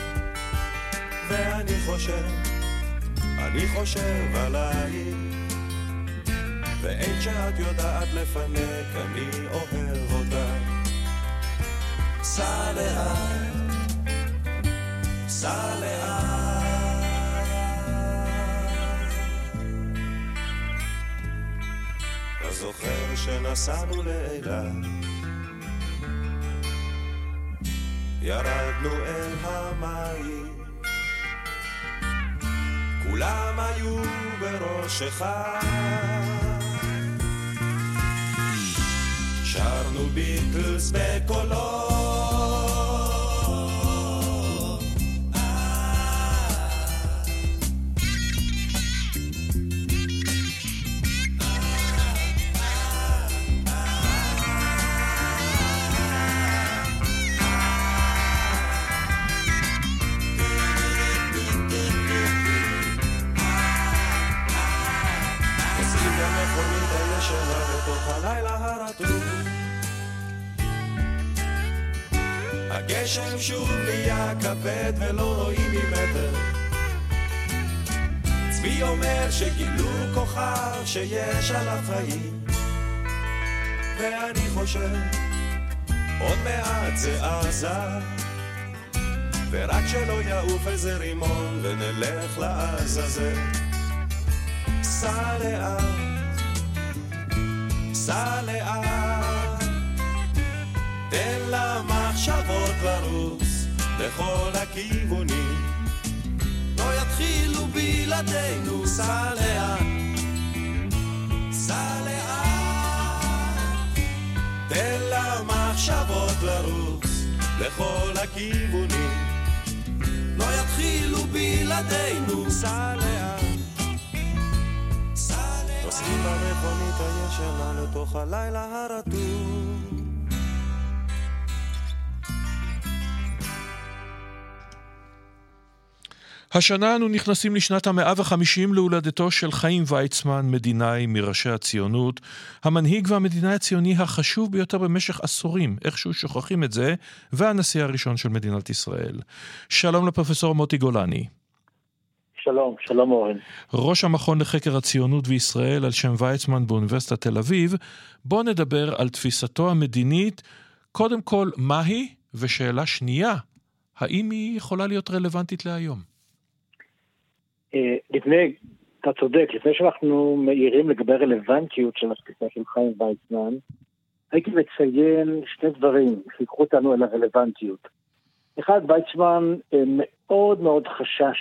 ואני חושב, אני חושב עליי, ואין שאת יודעת לפנק, אני אוהב אותה. סע לאט, סע לאט, אתה זוכר שנסענו לאילת, ירדנו אל המים, כולם היו בראש אחד, שרנו ביטלס בקולות, הגשם שוב נהיה כבד ולא רואים ממטר. צבי אומר שגילו כוכב שיש עליו חיים, ואני חושב עוד מעט זה עזה, ורק שלא יעוף איזה רימון ונלך לעזאזל. סע לאט, סע לאט, תן למחשבות לרוץ לכל הכיוונים, לא יתחילו בלעדינו. סע לאט, סע לאט, תן למחשבות לרוץ לכל הכיוונים, לא יתחילו בלעדינו. סע לאט, סע לאט, נוסעים במכונית הישנה לתוך הלילה הרטוב. השנה אנו נכנסים לשנת המאה וחמישים להולדתו של חיים ויצמן, מדינאי מראשי הציונות, המנהיג והמדינאי הציוני החשוב ביותר במשך עשורים, איכשהו שוכחים את זה, והנשיא הראשון של מדינת ישראל. שלום לפרופסור מוטי גולני. שלום, שלום אורן. ראש המכון לחקר הציונות וישראל על שם ויצמן באוניברסיטת תל אביב. בוא נדבר על תפיסתו המדינית. קודם כל, מהי? ושאלה שנייה, האם היא יכולה להיות רלוונטית להיום? לפני, אתה צודק, לפני שאנחנו מעירים לגבי רלוונטיות של התפיסה של חיים ויצמן, הייתי מציין שני דברים שיקחו אותנו אל הרלוונטיות. אחד, ויצמן מאוד מאוד חשש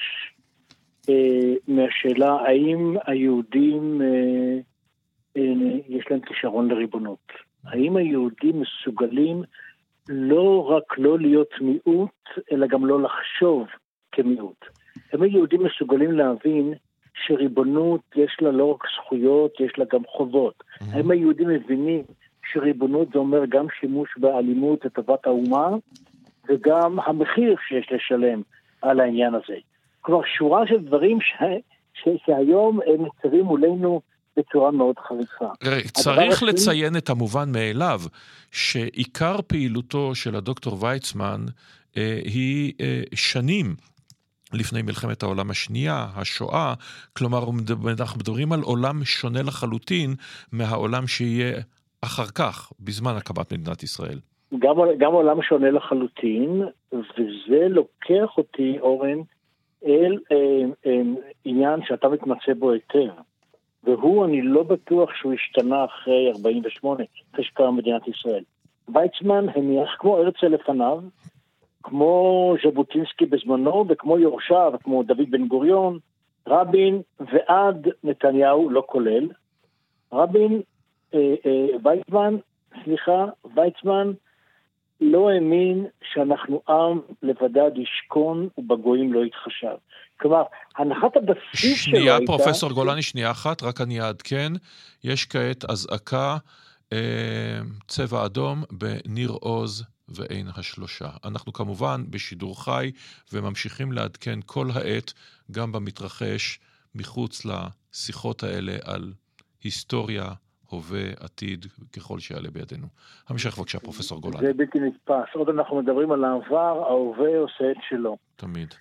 מהשאלה האם היהודים יש להם כישרון לריבונות. האם היהודים מסוגלים לא רק לא להיות מיעוט, אלא גם לא לחשוב כמיעוט. הם היהודים מסוגלים להבין שריבונות יש לה לא רק זכויות, יש לה גם חובות. Mm-hmm. הם היהודים מבינים שריבונות זה אומר גם שימוש באלימות לטובת האומה, וגם המחיר שיש לשלם על העניין הזה. כלומר, שורה של דברים ש... ש... שהיום הם ניצבים מולנו בצורה מאוד חריפה. צריך לציין את המובן מאליו, שעיקר פעילותו של הדוקטור ויצמן אה, היא אה, שנים לפני מלחמת העולם השנייה, השואה, כלומר אנחנו מדברים על עולם שונה לחלוטין מהעולם שיהיה אחר כך, בזמן הקמת מדינת ישראל. גם, גם עולם שונה לחלוטין, וזה לוקח אותי, אורן, אל אה, אה, עניין שאתה מתמצא בו היטב, והוא, אני לא בטוח שהוא השתנה אחרי ארבעים ושמונה, אחרי שקרה מדינת ישראל. ויצמן הניח כמו הרצל לפניו, כמו ז'בוטינסקי בזמנו, וכמו יורשיו, כמו דוד בן גוריון, רבין ועד נתניהו, לא כולל. רבין, אה, אה, ויצמן, סליחה, ויצמן לא האמין שאנחנו עם לבדד ישכון ובגויים לא יתחשב. כלומר, הנחת הבסיס שלו הייתה... שנייה, פרופסור גולני, שנייה אחת, רק אני אעדכן, יש כעת אזעקה, אה, צבע אדום בניר עוז ועין השלושה. אנחנו כמובן בשידור חי וממשיכים לעדכן כל העת, גם במתרחש, מחוץ לשיחות האלה על היסטוריה, הווה, עתיד, ככל שיעלה בידינו. המשך בבקשה, פרופסור גולני. זה בלתי נתפס. עוד אנחנו מדברים על העבר, ההווה עושה את שלו. תמיד.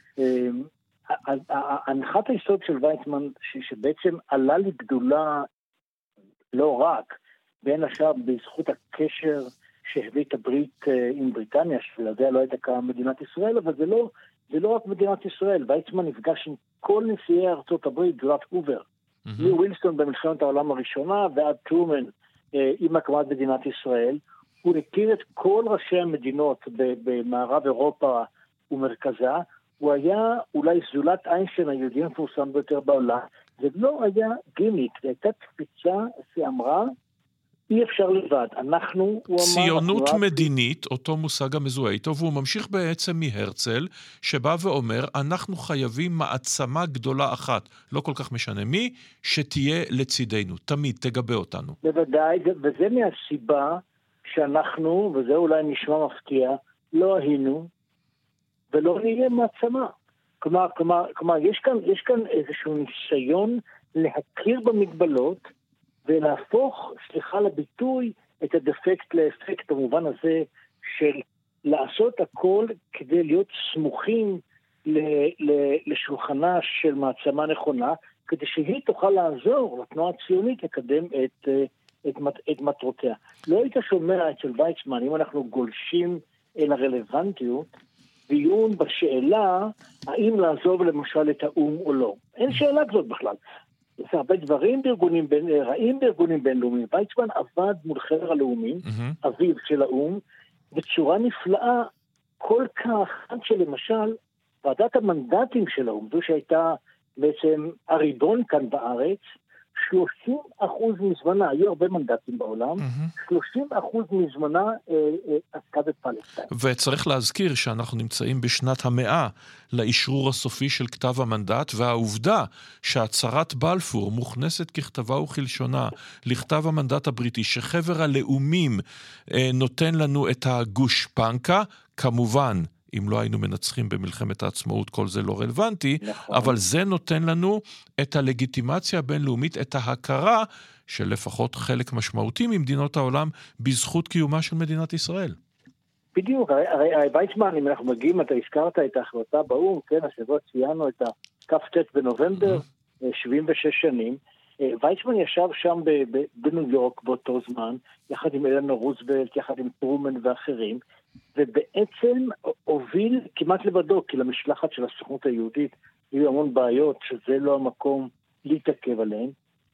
הנחת היסוד של ויצמן, שבעצם עלה לגדולה, לא רק, בין השאר בזכות הקשר שהביא את הברית עם בריטניה, שבלעדיה לא הייתה קמה מדינת ישראל, אבל זה לא, זה לא רק מדינת ישראל. ויצמן נפגש עם כל נשיאי ארצות הברית, ג'ורג' הובר, מווילסון במלחמת העולם הראשונה ועד טרומן עם הקמת מדינת ישראל. הוא הכיר את כל ראשי המדינות במערב אירופה ומרכזה. הוא היה אולי זולת איינשטיין היהודי המפורסם ביותר בעולם. זה לא היה גימיק, זו הייתה תפיסה שאמרה אי אפשר לבד. אנחנו, הוא אמר... ציונות מדינית, אותו מושג המזוהה איתו, והוא ממשיך בעצם מהרצל, שבא ואומר, אנחנו חייבים מעצמה גדולה אחת, לא כל כך משנה מי, שתהיה לצידנו, תמיד, תגבה אותנו. בוודאי, וזה מהסיבה שאנחנו, וזה אולי נשמע מפתיע, לא היינו, ולא נהיה מעצמה. כלומר, כלומר, כלומר יש כאן, יש כאן איזשהו ניסיון להכיר במגבלות, ולהפוך, סליחה לביטוי, את הדפקט לאפקט, במובן הזה של לעשות הכל כדי להיות סמוכים לשולחנה של מעצמה נכונה, כדי שהיא תוכל לעזור לתנועה הציונית לקדם את, את, את מטרותיה. לא היית שומע אצל ויצמן, אם אנחנו גולשים אל הרלוונטיות, דיון בשאלה האם לעזוב למשל את האום או לא. אין שאלה כזאת בכלל. יש הרבה דברים בארגונים, רעים בארגונים בינלאומיים. ויצמן עבד מול חבר הלאומים, mm-hmm. אביו של האום, בצורה נפלאה כל כך, עד שלמשל, ועדת המנדטים של האום, זו שהייתה בעצם הריבון כאן בארץ, שלושים אחוז מזמנה, היו הרבה מנדטים בעולם, mm-hmm. שלושים אחוז מזמנה אה, אה, עסקה בפלסטין. וצריך להזכיר שאנחנו נמצאים בשנת המאה לאישרור הסופי של כתב המנדט, והעובדה שהצהרת בלפור מוכנסת ככתבה וכלשונה לכתב המנדט הבריטי, שחבר הלאומים אה, נותן לנו את הגושפנקה, כמובן, אם לא היינו מנצחים במלחמת העצמאות, כל זה לא רלוונטי, נכון. אבל זה נותן לנו את הלגיטימציה הבינלאומית, את ההכרה של לפחות חלק משמעותי ממדינות העולם, בזכות קיומה של מדינת ישראל. בדיוק, הרי, הרי ויצמן, אם אנחנו מגיעים, אתה הזכרת את ההחלטה באום, כן, השבוע ציינו את הכ"ט בנובמבר, שבעים ושש שנים, ויצמן ישב שם בניו יורק באותו זמן, יחד עם אלנור רוזוולט, יחד עם טרומן ואחרים, ובעצם הוביל כמעט לבדו, כי למשלחת של הסוכנות היהודית היו המון בעיות, שזה לא המקום להתעכב עליהן,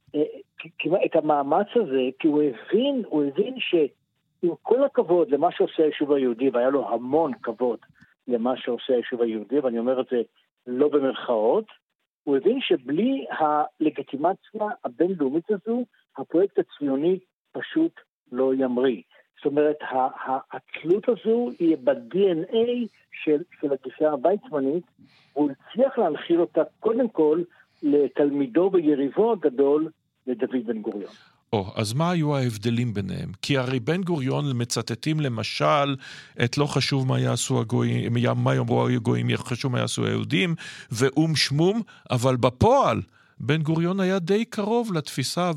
את המאמץ הזה, כי הוא הבין, הוא הבין שעם כל הכבוד למה שעושה היישוב היהודי, והיה לו המון כבוד למה שעושה היישוב היהודי, ואני אומר את זה לא במרכאות, הוא הבין שבלי הלגיטימציה הבינלאומית הזו, הפרויקט הציוני פשוט לא ימריא. זאת אומרת, התלות הזו היא ב-די אן איי של, של הגישה הוויצמנית, והוא הצליח להנחיל אותה קודם כל לתלמידו ויריבו הגדול, לדוד בן גוריון. או, אז מה היו ההבדלים ביניהם? כי הרי בן גוריון מצטטים למשל את לא חשוב מה יעשו הגויים, מה יאמרו הגויים, חשוב מה יעשו היהודים, ואום שמום, אבל בפועל בן גוריון היה די קרוב לתפיסה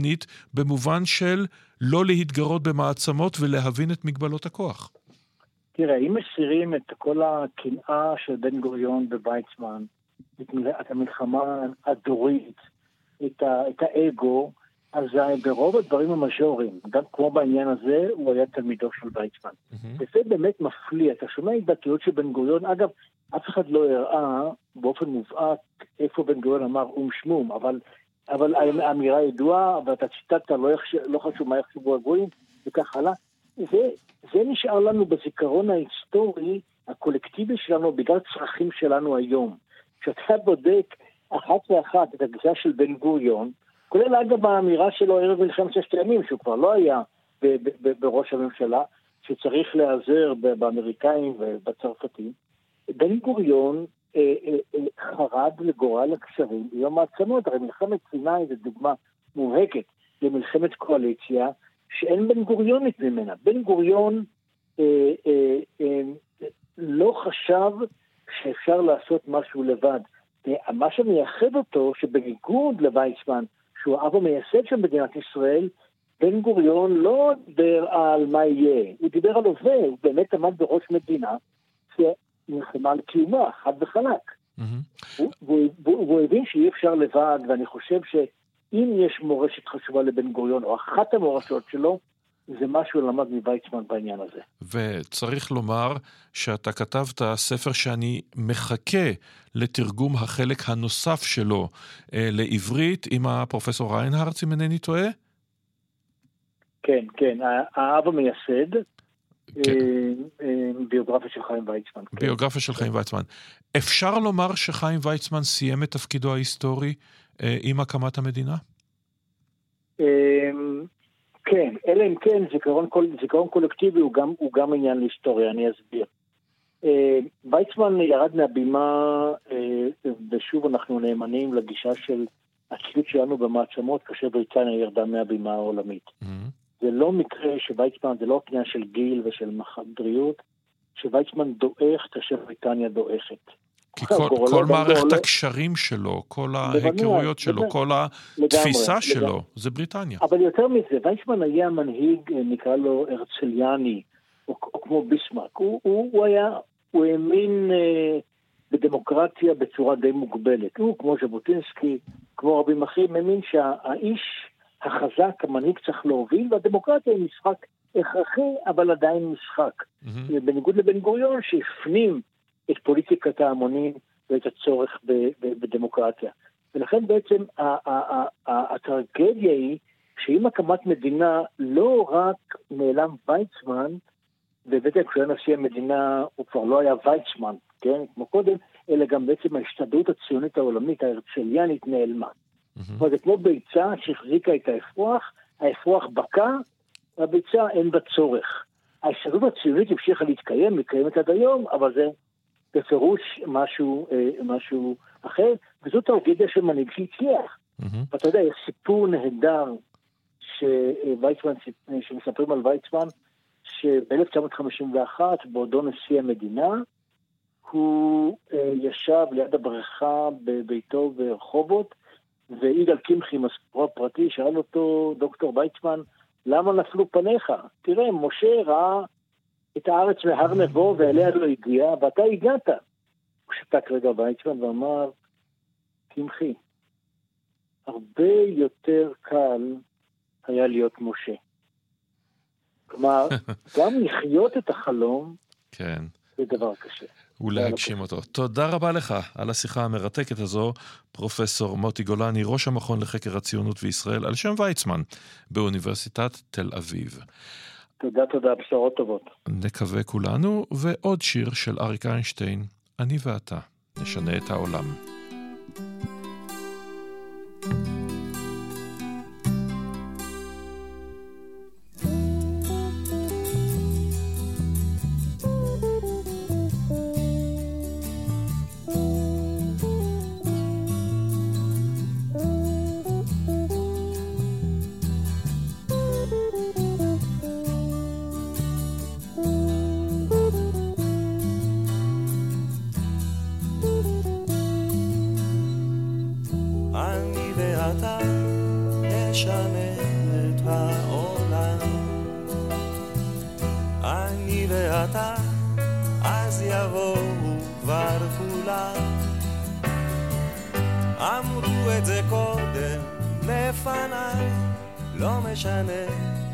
הוויצמנית, במובן של לא להתגרות במעצמות ולהבין את מגבלות הכוח. תראה, אם מסירים את כל הקנאה של בן גוריון וויצמן, את המלחמה הדורית, את, ה, את האגו, אז ברוב הדברים המז'וריים, גם כמו בעניין הזה, הוא היה תלמידו של ויצמן. Mm-hmm. וזה באמת מפליא. אתה שומע התבטאויות של בן גוריון, אגב, אף אחד לא הראה באופן מובהק איפה בן גוריון אמר אום שמום, אבל, אבל האמירה ידועה, ואתה ציטטת, לא, יחש... לא חשוב מה יחשבו הגויים, וכך הלאה. זה, זה נשאר לנו בזיכרון ההיסטורי, הקולקטיבי שלנו, בגלל צרכים שלנו היום. כשאתה בודק אחת ואחת את הגזעה של בן גוריון, כולל אגב האמירה שלו ערב מלחמת ששת הימים, שהוא כבר לא היה ב- ב- ב- בראש הממשלה, שצריך להיעזר באמריקאים ובצרפתים. בן גוריון אה, אה, אה, חרד לגורל הקשרים ביום העצמאות. הרי מלחמת סיני זו דוגמה מובהקת למלחמת קואליציה, שאין בן גוריונית ממנה. בן גוריון אה, אה, אה, לא חשב שאפשר לעשות משהו לבד. אה, מה שמייחד אותו, שבניגוד לוויצמן, שהוא האב המייסד של מדינת ישראל, בן גוריון לא דיבר על מה יהיה, הוא דיבר על הווה, הוא באמת עמד בראש מדינה שנלחמה על קיומה, חד וחלק. Mm-hmm. והוא הבין שאי אפשר לבד, ואני חושב שאם יש מורשת חשובה לבן גוריון, או אחת המורשות שלו, זה משהו למד מוויצמן בעניין הזה. וצריך לומר שאתה כתבת ספר שאני מחכה לתרגום החלק הנוסף שלו אה, לעברית עם הפרופסור ריינהרץ, אם אינני טועה? כן, כן, האב המייסד, כן. אה, אה, ביוגרפיה של חיים ויצמן. כן. ביוגרפיה של חיים ויצמן. אפשר לומר שחיים ויצמן סיים את תפקידו ההיסטורי אה, עם הקמת המדינה? אה, כן, אלא אם כן, זיכרון, זיכרון קולקטיבי הוא גם, הוא גם עניין להיסטוריה, אני אסביר. אה, ויצמן ירד מהבימה, אה, ושוב אנחנו נאמנים לגישה של הציות שלנו במעצמות, כאשר בריטניה ירדה מהבימה העולמית. Mm-hmm. זה לא מקרה שוויצמן, זה לא עניין של גיל ושל מחדריות, שוויצמן דועך כאשר בריטניה דועכת. כי כל, כל מערכת הקשרים שלו, כל ההיכרויות שלו, כל התפיסה שלו, זה בריטניה. אבל יותר מזה, ויצמן היה מנהיג, נקרא לו הרצליאני, או, או כמו ביסמרק. הוא, הוא, הוא היה, הוא האמין אה, בדמוקרטיה בצורה די מוגבלת. הוא, כמו ז'בוטינסקי, כמו רבים אחרים, האמין שהאיש החזק, המנהיג צריך להוביל, והדמוקרטיה היא משחק הכרחי, אבל עדיין משחק. Mm-hmm. בניגוד לבן גוריון, שהפנים את פוליטיקת ההמונים ואת הצורך בדמוקרטיה. ולכן בעצם הטרגדיה היא שעם הקמת מדינה לא רק נעלם ויצמן, ובעצם כשהיה נשיא המדינה הוא כבר לא היה ויצמן, כן, כמו קודם, אלא גם בעצם ההשתדרות הציונית העולמית, ההרצליאנית נעלמה. זאת אומרת, זה כמו ביצה שהחזיקה את האפרוח, האפרוח בקע, והביצה אין בה צורך. ההשתדרות הציונית המשיכה להתקיים, מתקיימת עד היום, אבל זה בפירוש משהו, משהו אחר, וזו טרגדיה של מנהיג שהצליח. ואתה יודע, יש סיפור נהדר שוויצמן, שמספרים על ויצמן, שב-אלף תשע מאות חמישים ואחת, בעודו נשיא המדינה, הוא ישב ליד הבריכה בביתו ברחובות, ויגאל קמחי, מזכירו הפרטי, שאל אותו דוקטור ויצמן, למה נפלו פניך? תראה, משה ראה את הארץ מהר נבו ואליה לא הגיע, ואתה הגעת. הוא שתק רגע ויצמן ואמר, קמחי, הרבה יותר קל היה להיות משה. כלומר, גם לחיות את החלום, כן. זה דבר קשה. ולהגשים אותו. תודה רבה לך על השיחה המרתקת הזו, פרופסור מוטי גולני, ראש המכון לחקר הציונות וישראל, על שם ויצמן, באוניברסיטת תל אביב. תודה, תודה, בשורות טובות. נקווה כולנו, ועוד שיר של אריק איינשטיין, אני ואתה, נשנה את העולם. אני ואתה יבואו כבר כולם. אמרו את זה קודם לפניי, לא משנה,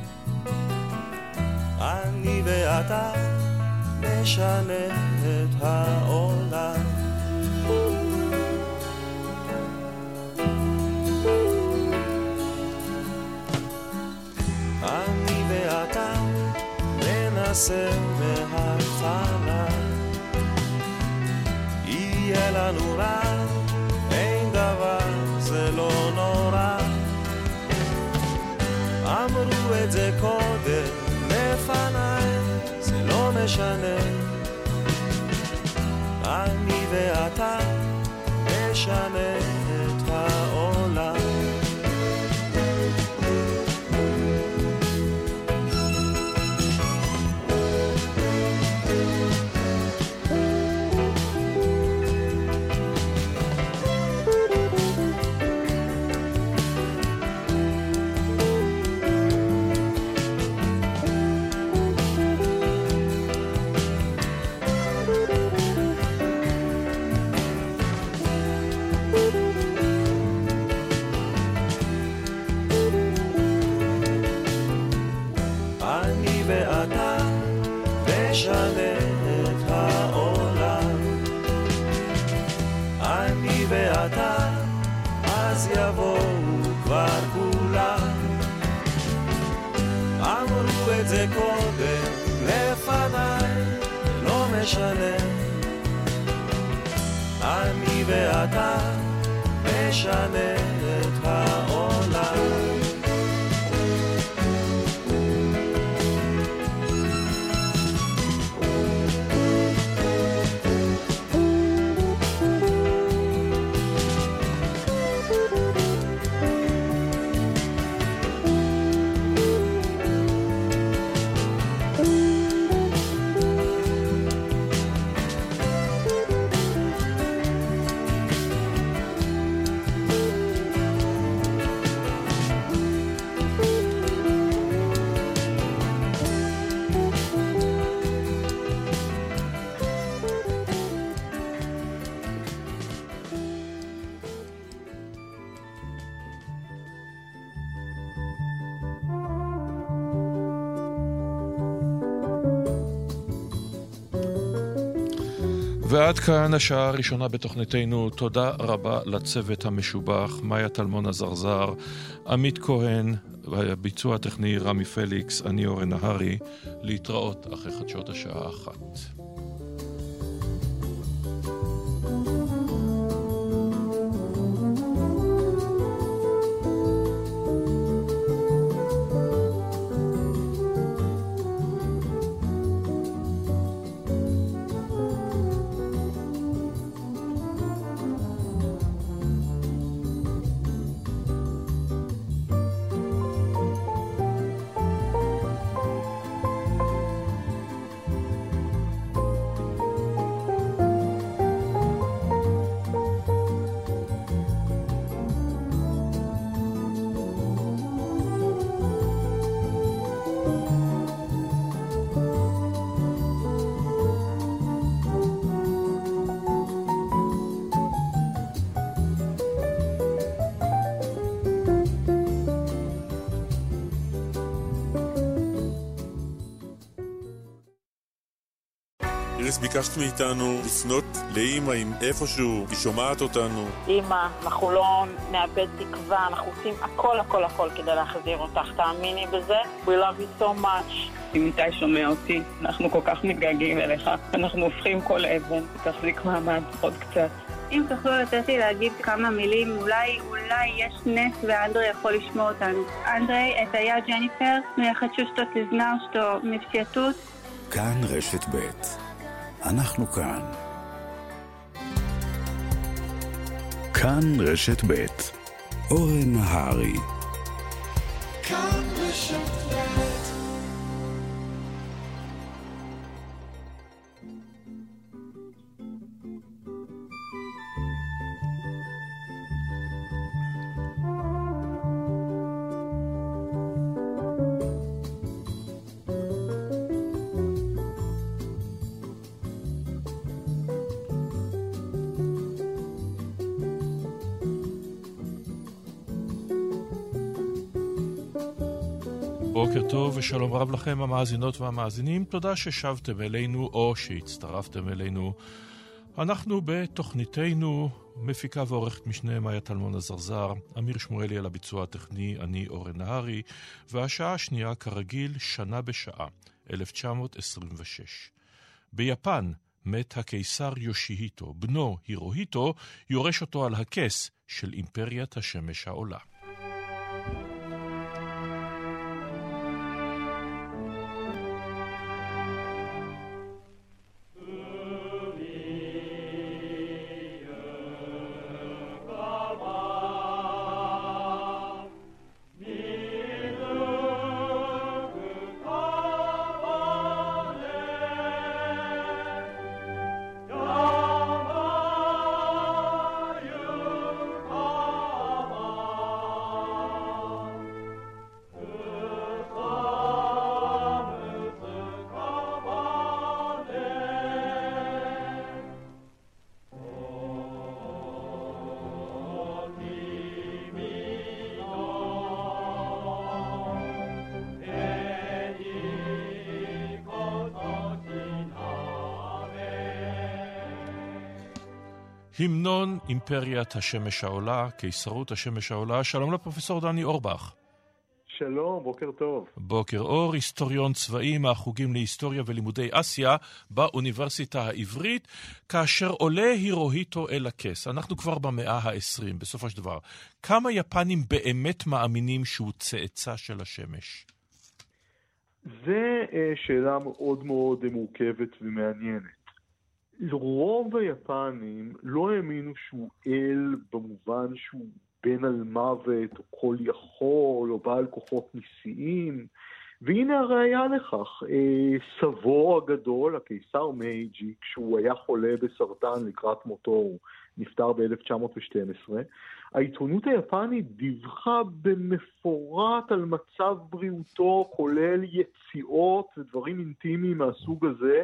אני ואתה נשנה את העולם. אני ואתה ננסה מההתחלה, יהיה לנו רע, אין דבר, זה לא נורא. אמרו את זה קודם לפניי, זה לא משנה, אני ואתה נשנה את העולם. אז יבואו כבר כולם. אמרו את זה קודם לפניי, לא משנה, אני ואתה נשנה את העולם. ועד כאן השעה הראשונה בתוכניתנו. תודה רבה לצוות המשובח, מאיה טלמון הזרזר, עמית כהן, והביצוע הטכני רמי פליקס, אני אורן נהרי. להתראות אחרי חדשות השעה אחת. איריס, ביקשת מאיתנו לפנות לאמא עם איפשהו, היא שומעת אותנו. אמא, אנחנו לא נאבד תקווה, אנחנו עושים הכל הכל הכל כדי להחזיר אותך, תאמיני בזה. We love you so much. אם איתי שומע אותי, אנחנו כל כך מתגעגעים אליך, אנחנו הופכים כל אבן, תחזיק מעמד עוד קצת. אם תוכלו לתת לי להגיד כמה מילים, אולי, אולי יש נס ואנדרי יכול לשמוע אותנו. אנדרי, את היה ג'ניפר, חשוב שאתה תזנר שאתה מפשייתות. כאן רשת ב' אנחנו כאן. כאן רשת ב' אורן נהרי. כאן רשת ב' בוקר טוב ושלום רב לכם המאזינות והמאזינים. תודה ששבתם אלינו או שהצטרפתם אלינו. אנחנו בתוכניתנו מפיקה ועורכת משנה מאיה טלמון הזרזר, אמיר שמואלי על הביצוע הטכני, אני אורן נהרי, והשעה השנייה כרגיל שנה בשעה, אלף תשע מאות עשרים ושש. ביפן מת הקיסר יושיהיטו, בנו הירוהיטו יורש אותו על הכס של אימפריית השמש העולה. המנון אימפריית השמש העולה, קיסרות השמש העולה. שלום לפרופסור דני אורבך. שלום, בוקר טוב. בוקר אור, היסטוריון צבאי מהחוגים להיסטוריה ולימודי אסיה באוניברסיטה העברית. כאשר עולה הירוהיטו אל הכס, אנחנו כבר במאה העשרים, בסופו של דבר, כמה יפנים באמת מאמינים שהוא צאצא של השמש? זה שאלה מאוד מאוד מורכבת ומעניינת. רוב היפנים לא האמינו שהוא אל במובן שהוא בן על מוות או כל יכול או בעל כוחות ניסיים, והנה הראיה לכך. סבו הגדול, הקיסר מייג'י, כשהוא היה חולה בסרטן לקראת מותו, הוא נפטר ב-אלף תשע מאות ושתים עשרה, העיתונות היפנית דיווחה במפורט על מצב בריאותו, כולל יציאות ודברים אינטימיים מהסוג הזה.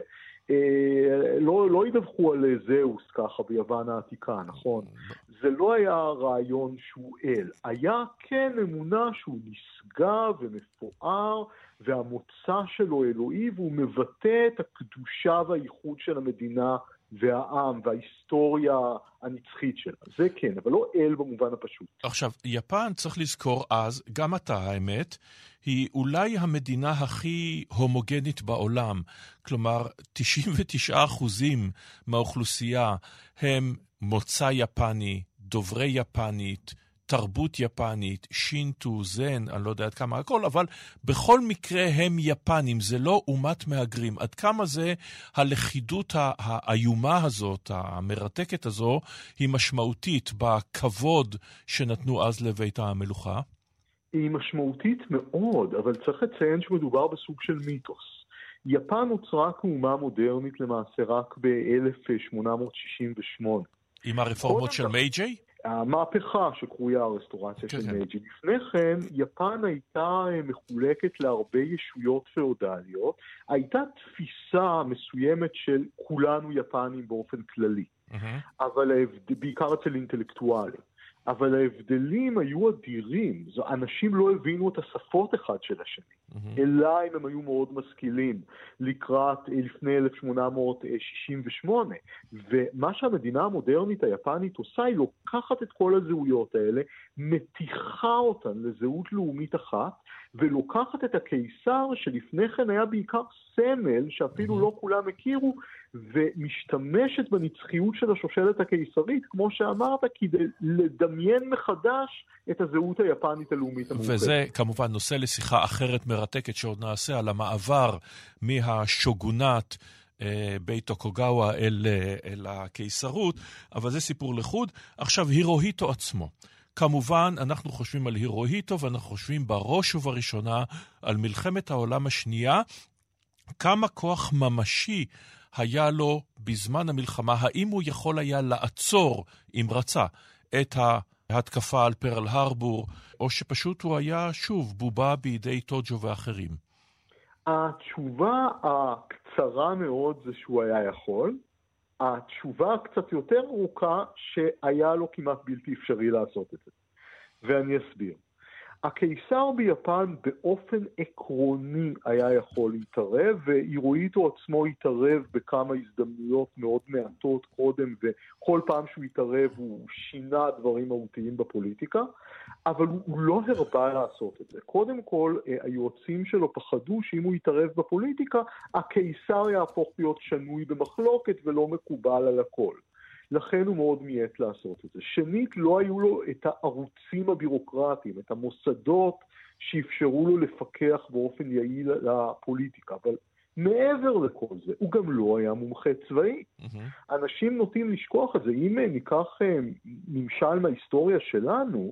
לא, לא ידווחו על זהוס ככה ביוון העתיקה, נכון? זה לא היה רעיון שהוא אל. היה כן אמונה שהוא נשגב ומפואר, והמוצא שלו אלוהי, והוא מבטא את הקדושה והייחוד של המדינה והעם וההיסטוריה הנצחית שלה. זה כן, אבל לא אל במובן הפשוט. עכשיו, יפן, צריך לזכור אז, גם אתה האמת, היא אולי המדינה הכי הומוגנית בעולם. כלומר, תשעים ותשעה אחוזים מהאוכלוסייה הם מוצא יפני, דוברי יפנית, תרבות יפנית, שינטו, זן, אני לא יודע עד כמה הכל, אבל בכל מקרה הם יפנים, זה לא אומת מהגרים. עד כמה זה הלכידות האיומה הזאת, המרתקת הזו, היא משמעותית בכבוד שנתנו אז לבית המלוכה? היא משמעותית מאוד, אבל צריך לציין שמדובר בסוג של מיתוס. יפן נוצרה כאומה מודרנית למעשה רק ב-אלף שמונה מאות שישים ושמונה. עם הרפורמות של מייג'י? המהפכה שקרויה הרסטורציה של מייג'י. לפני כן, יפן הייתה מחולקת להרבה ישויות פאודליות. הייתה תפיסה מסוימת של כולנו יפנים באופן כללי, אבל בעיקר אצל אינטלקטואלים. אבל ההבדלים היו אדירים. אנשים לא הבינו את השפות אחד של השני. אלא אם הם היו מאוד משכילים לקראת לפני אלף שמונה מאות שישים ושמונה. ומה שהמדינה המודרנית היפנית עושה, היא לוקחת את כל הזהויות האלה, מתיחה אותן לזהות לאומית אחת, ולוקחת את הקיסר שלפני כן היה בעיקר סמל, שאפילו לא כולם הכירו, ומשתמשת בנצחיות של השושלת הקיסרית, כמו שאמרת, כדי לדמיין מחדש את הזהות היפנית הלאומית המורכבת. וזה כמובן נושא לשיחה אחרת מרתקת שעוד נעשה על המעבר מהשוגונת בית טוקוגאווה אל, אל הקיסרות, אבל זה סיפור לחוד. עכשיו, הירוהיטו עצמו. כמובן, אנחנו חושבים על הירוהיטו, ואנחנו חושבים בראש ובראשונה על מלחמת העולם השנייה, כמה כוח ממשי היה לו בזמן המלחמה, האם הוא יכול היה לעצור, אם רצה, את ההתקפה על פרל הרבור, או שפשוט הוא היה שוב בובה בידי טוג'ו ואחרים? התשובה הקצרה מאוד זה שהוא היה יכול. התשובה הקצת יותר ארוכה שהיה לו כמעט בלתי אפשרי לעשות את זה. ואני אסביר. הקיסר ביפן באופן עקרוני היה יכול להתערב, והירוהיטו עצמו התערב בכמה הזדמנויות מאוד מעטות קודם, וכל פעם שהוא התערב הוא שינה דברים מהותיים בפוליטיקה, אבל הוא לא הרבה לעשות את זה. קודם כל, היועצים שלו פחדו שאם הוא יתערב בפוליטיקה, הקיסר יהפוך להיות שנוי במחלוקת ולא מקובל על הכל. לכן הוא מאוד מייעט לעשות את זה. שנית, לא היו לו את הערוצים הבירוקרטיים, את המוסדות שאפשרו לו לפקח באופן יעיל לפוליטיקה, אבל מעבר לכל זה, הוא גם לא היה מומחה צבאי. Mm-hmm. אנשים נוטים לשכוח את זה. אם ניקח ממשל מההיסטוריה שלנו,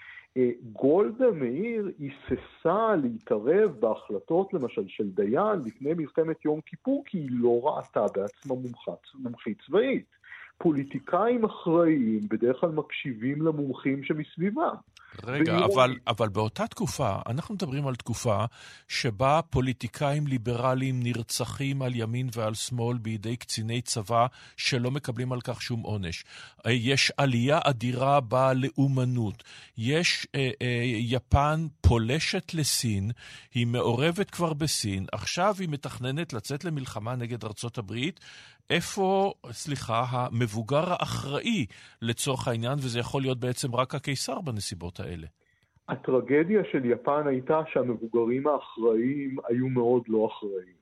גולדה מאיר היססה להתערב בהחלטות למשל של דיין לפני מלחמת יום כיפור, כי היא לא ראתה בעצמה מומחית צבאית. פוליטיקאים אחראיים בדרך כלל מקשיבים למומחים שמסביבם. רגע, אבל, אבל באותה תקופה, אנחנו מדברים על תקופה שבה פוליטיקאים ליברליים נרצחים על ימין ועל שמאל בידי קציני צבא שלא מקבלים על כך שום עונש. יש עלייה אדירה בלאומנות. יש אה, אה, יפן פולשת לסין, היא מעורבת כבר בסין, עכשיו היא מתכננת לצאת למלחמה נגד ארצות הברית. איפה, סליחה, המבוגר האחראי לצורך העניין, וזה יכול להיות בעצם רק הקיסר בנסיבות האלה? הטרגדיה של יפן הייתה שהמבוגרים האחראיים היו מאוד לא אחראיים.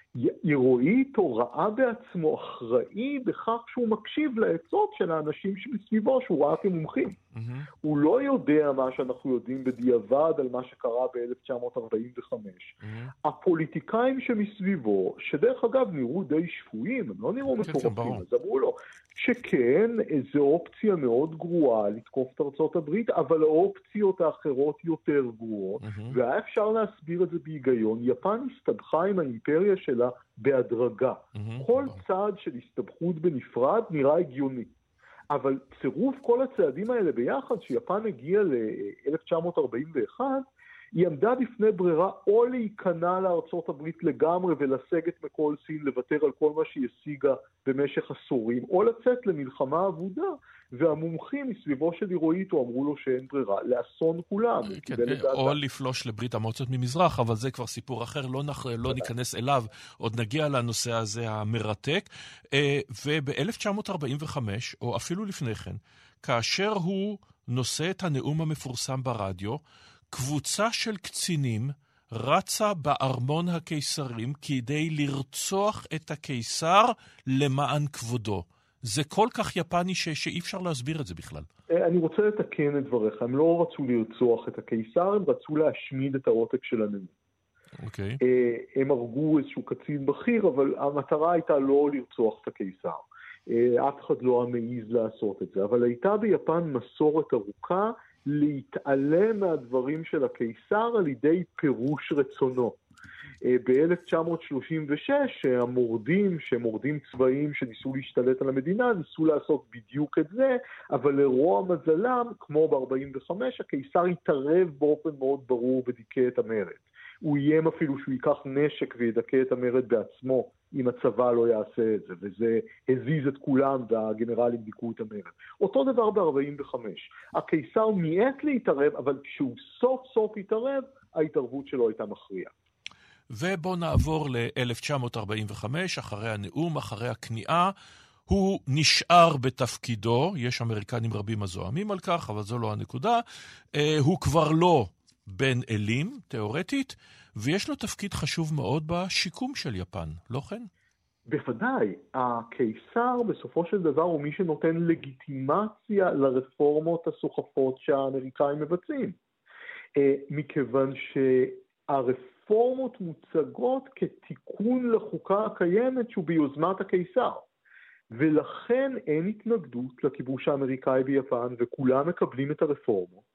הירוהיטו ראה בעצמו אחראי בכך שהוא מקשיב לעצות של האנשים שמסביבו, שהוא ראה כמומחים. Mm-hmm. הוא לא יודע מה שאנחנו יודעים בדיעבד על מה שקרה ב-אלף תשע מאות ארבעים וחמש. Mm-hmm. הפוליטיקאים שמסביבו, שדרך אגב נראו די שפויים, הם לא נראו מטורפים, אז אמרו לו שכן, זו אופציה מאוד גרועה לתקוף את ארצות הברית, אבל האופציות האחרות יותר גרועות, mm-hmm. והיה אפשר להסביר את זה בהיגיון. יפן הסתבכה עם האימפריה שלה בהדרגה. Mm-hmm. כל צעד של הסתבכות בנפרד נראה הגיוני. אבל צירוף כל הצעדים האלה ביחד, שיפן הגיעה ל-אלף תשע מאות ארבעים ואחת, היא עמדה בפני ברירה או להיכנע לארצות הברית לגמרי ולסגת מכל סין, לוותר על כל מה שהיא השיגה במשך עשורים, או לצאת למלחמה עבודה, והמומחים מסביבו של הירוהיטו אמרו לו שאין ברירה, לאסון כולם. כן, או לפלוש לברית המועצות ממזרח, אבל זה כבר סיפור אחר, לא, נח, לא ניכנס אליו, עוד נגיע לנושא הזה המרתק. וב-אלף תשע מאות ארבעים וחמש, או אפילו לפני כן, כאשר הוא נושא את הנאום המפורסם ברדיו, קבוצה של קצינים רצה בארמון הקיסרים כדי לרצוח את הקיסר למען כבודו. זה כל כך יפני ש... שאי אפשר להסביר את זה בכלל. אני רוצה לתקן את דבריך. הם לא רצו לרצוח את הקיסר, הם רצו להשמיד את העותק של הנאום. אוקיי. הם הרגו איזשהו קצין בכיר, אבל המטרה הייתה לא לרצוח את הקיסר. אף אחד לא המעיז לעשות את זה. אבל הייתה ביפן מסורת ארוכה להתעלם מהדברים של הקיסר על ידי פירוש רצונו. ב-אלף תשע מאות שלושים ושש המורדים, שמורדים צבאיים שניסו להשתלט על המדינה, ניסו לעשות בדיוק את זה, אבל לרוע מזלם, כמו ב-ארבעים וחמש, הקיסר התערב באופן מאוד ברור ודיכא את המרד. הוא איים אפילו שהוא ייקח נשק וידכא את המרד בעצמו, אם הצבא לא יעשה את זה, וזה הזיז את כולם והגנרלים דיכאו את המרד. אותו דבר ב-ארבעים וחמש. הקיסר מייעט להתערב, אבל כשהוא סוף סוף התערב, ההתערבות שלו הייתה מכריעה. ובוא נעבור ל-אלף תשע מאות ארבעים וחמש, אחרי הנאום, אחרי הכניעה, הוא נשאר בתפקידו, יש אמריקנים רבים הזוהמים על כך, אבל זו לא הנקודה, הוא כבר לא בן אלים, תיאורטית, ויש לו תפקיד חשוב מאוד בשיקום של יפן, לא כן? בוודאי, הקיסר בסופו של דבר הוא מי שנותן לגיטימציה לרפורמות הסוחפות שהאמריקאים מבצעים. מכיוון שהרפורמות מוצגות כתיקון לחוקה הקיימת שהוא ביוזמת הקיסר. ולכן אין התנגדות לכיבוש האמריקאי ביפן, וכולם מקבלים את הרפורמות.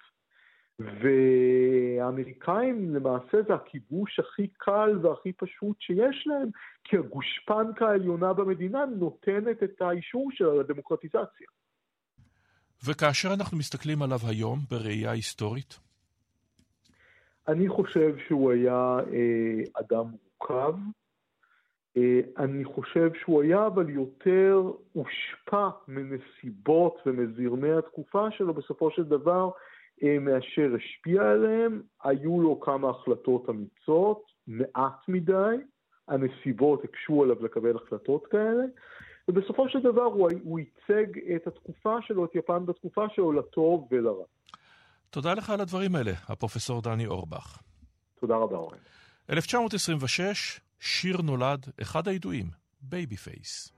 והאמריקאים למעשה זה הכיבוש הכי קל והכי פשוט שיש להם, כי הגושפנקה העליונה במדינה נותנת את האישור של הדמוקרטיזציה. וכאשר אנחנו מסתכלים עליו היום בראייה היסטורית? אני חושב שהוא היה אה, אדם מורכב, אה, אני חושב שהוא היה אבל יותר הושפע מנסיבות ומזרמי התקופה שלו בסופו של דבר, מאשר השפיע עליהם. היו לו כמה החלטות אמיצות, מעט מדי, הנסיבות הקשו עליו לקבל החלטות כאלה, ובסופו של דבר הוא, הוא ייצג את התקופה שלו, את יפן בתקופה שלו, לטוב ולרע. תודה לך על הדברים האלה, הפרופסור דני אורבך. תודה רבה, אורן. אלף תשע מאות עשרים ושש, שיר נולד, אחד הידועים, בייבי פייס.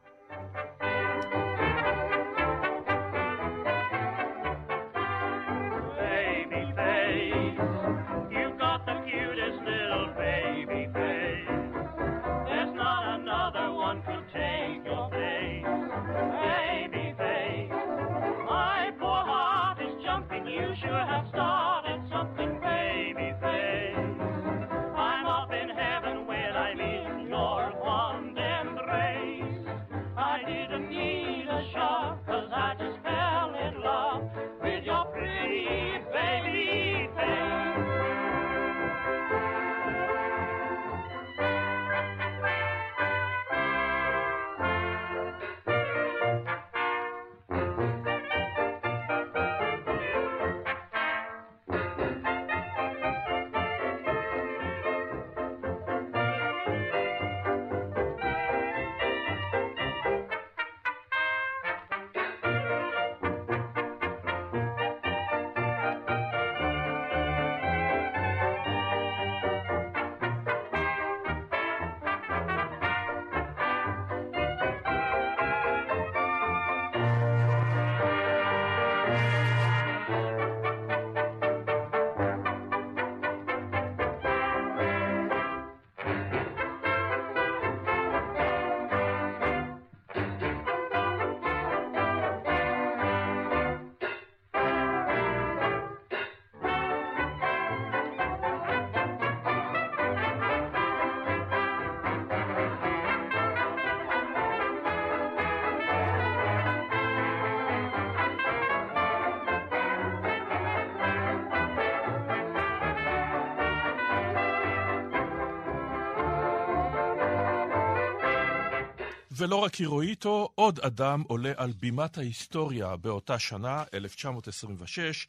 ולא רק הירואיטו, עוד אדם עולה על בימת ההיסטוריה באותה שנה, אלף תשע מאות עשרים ושש,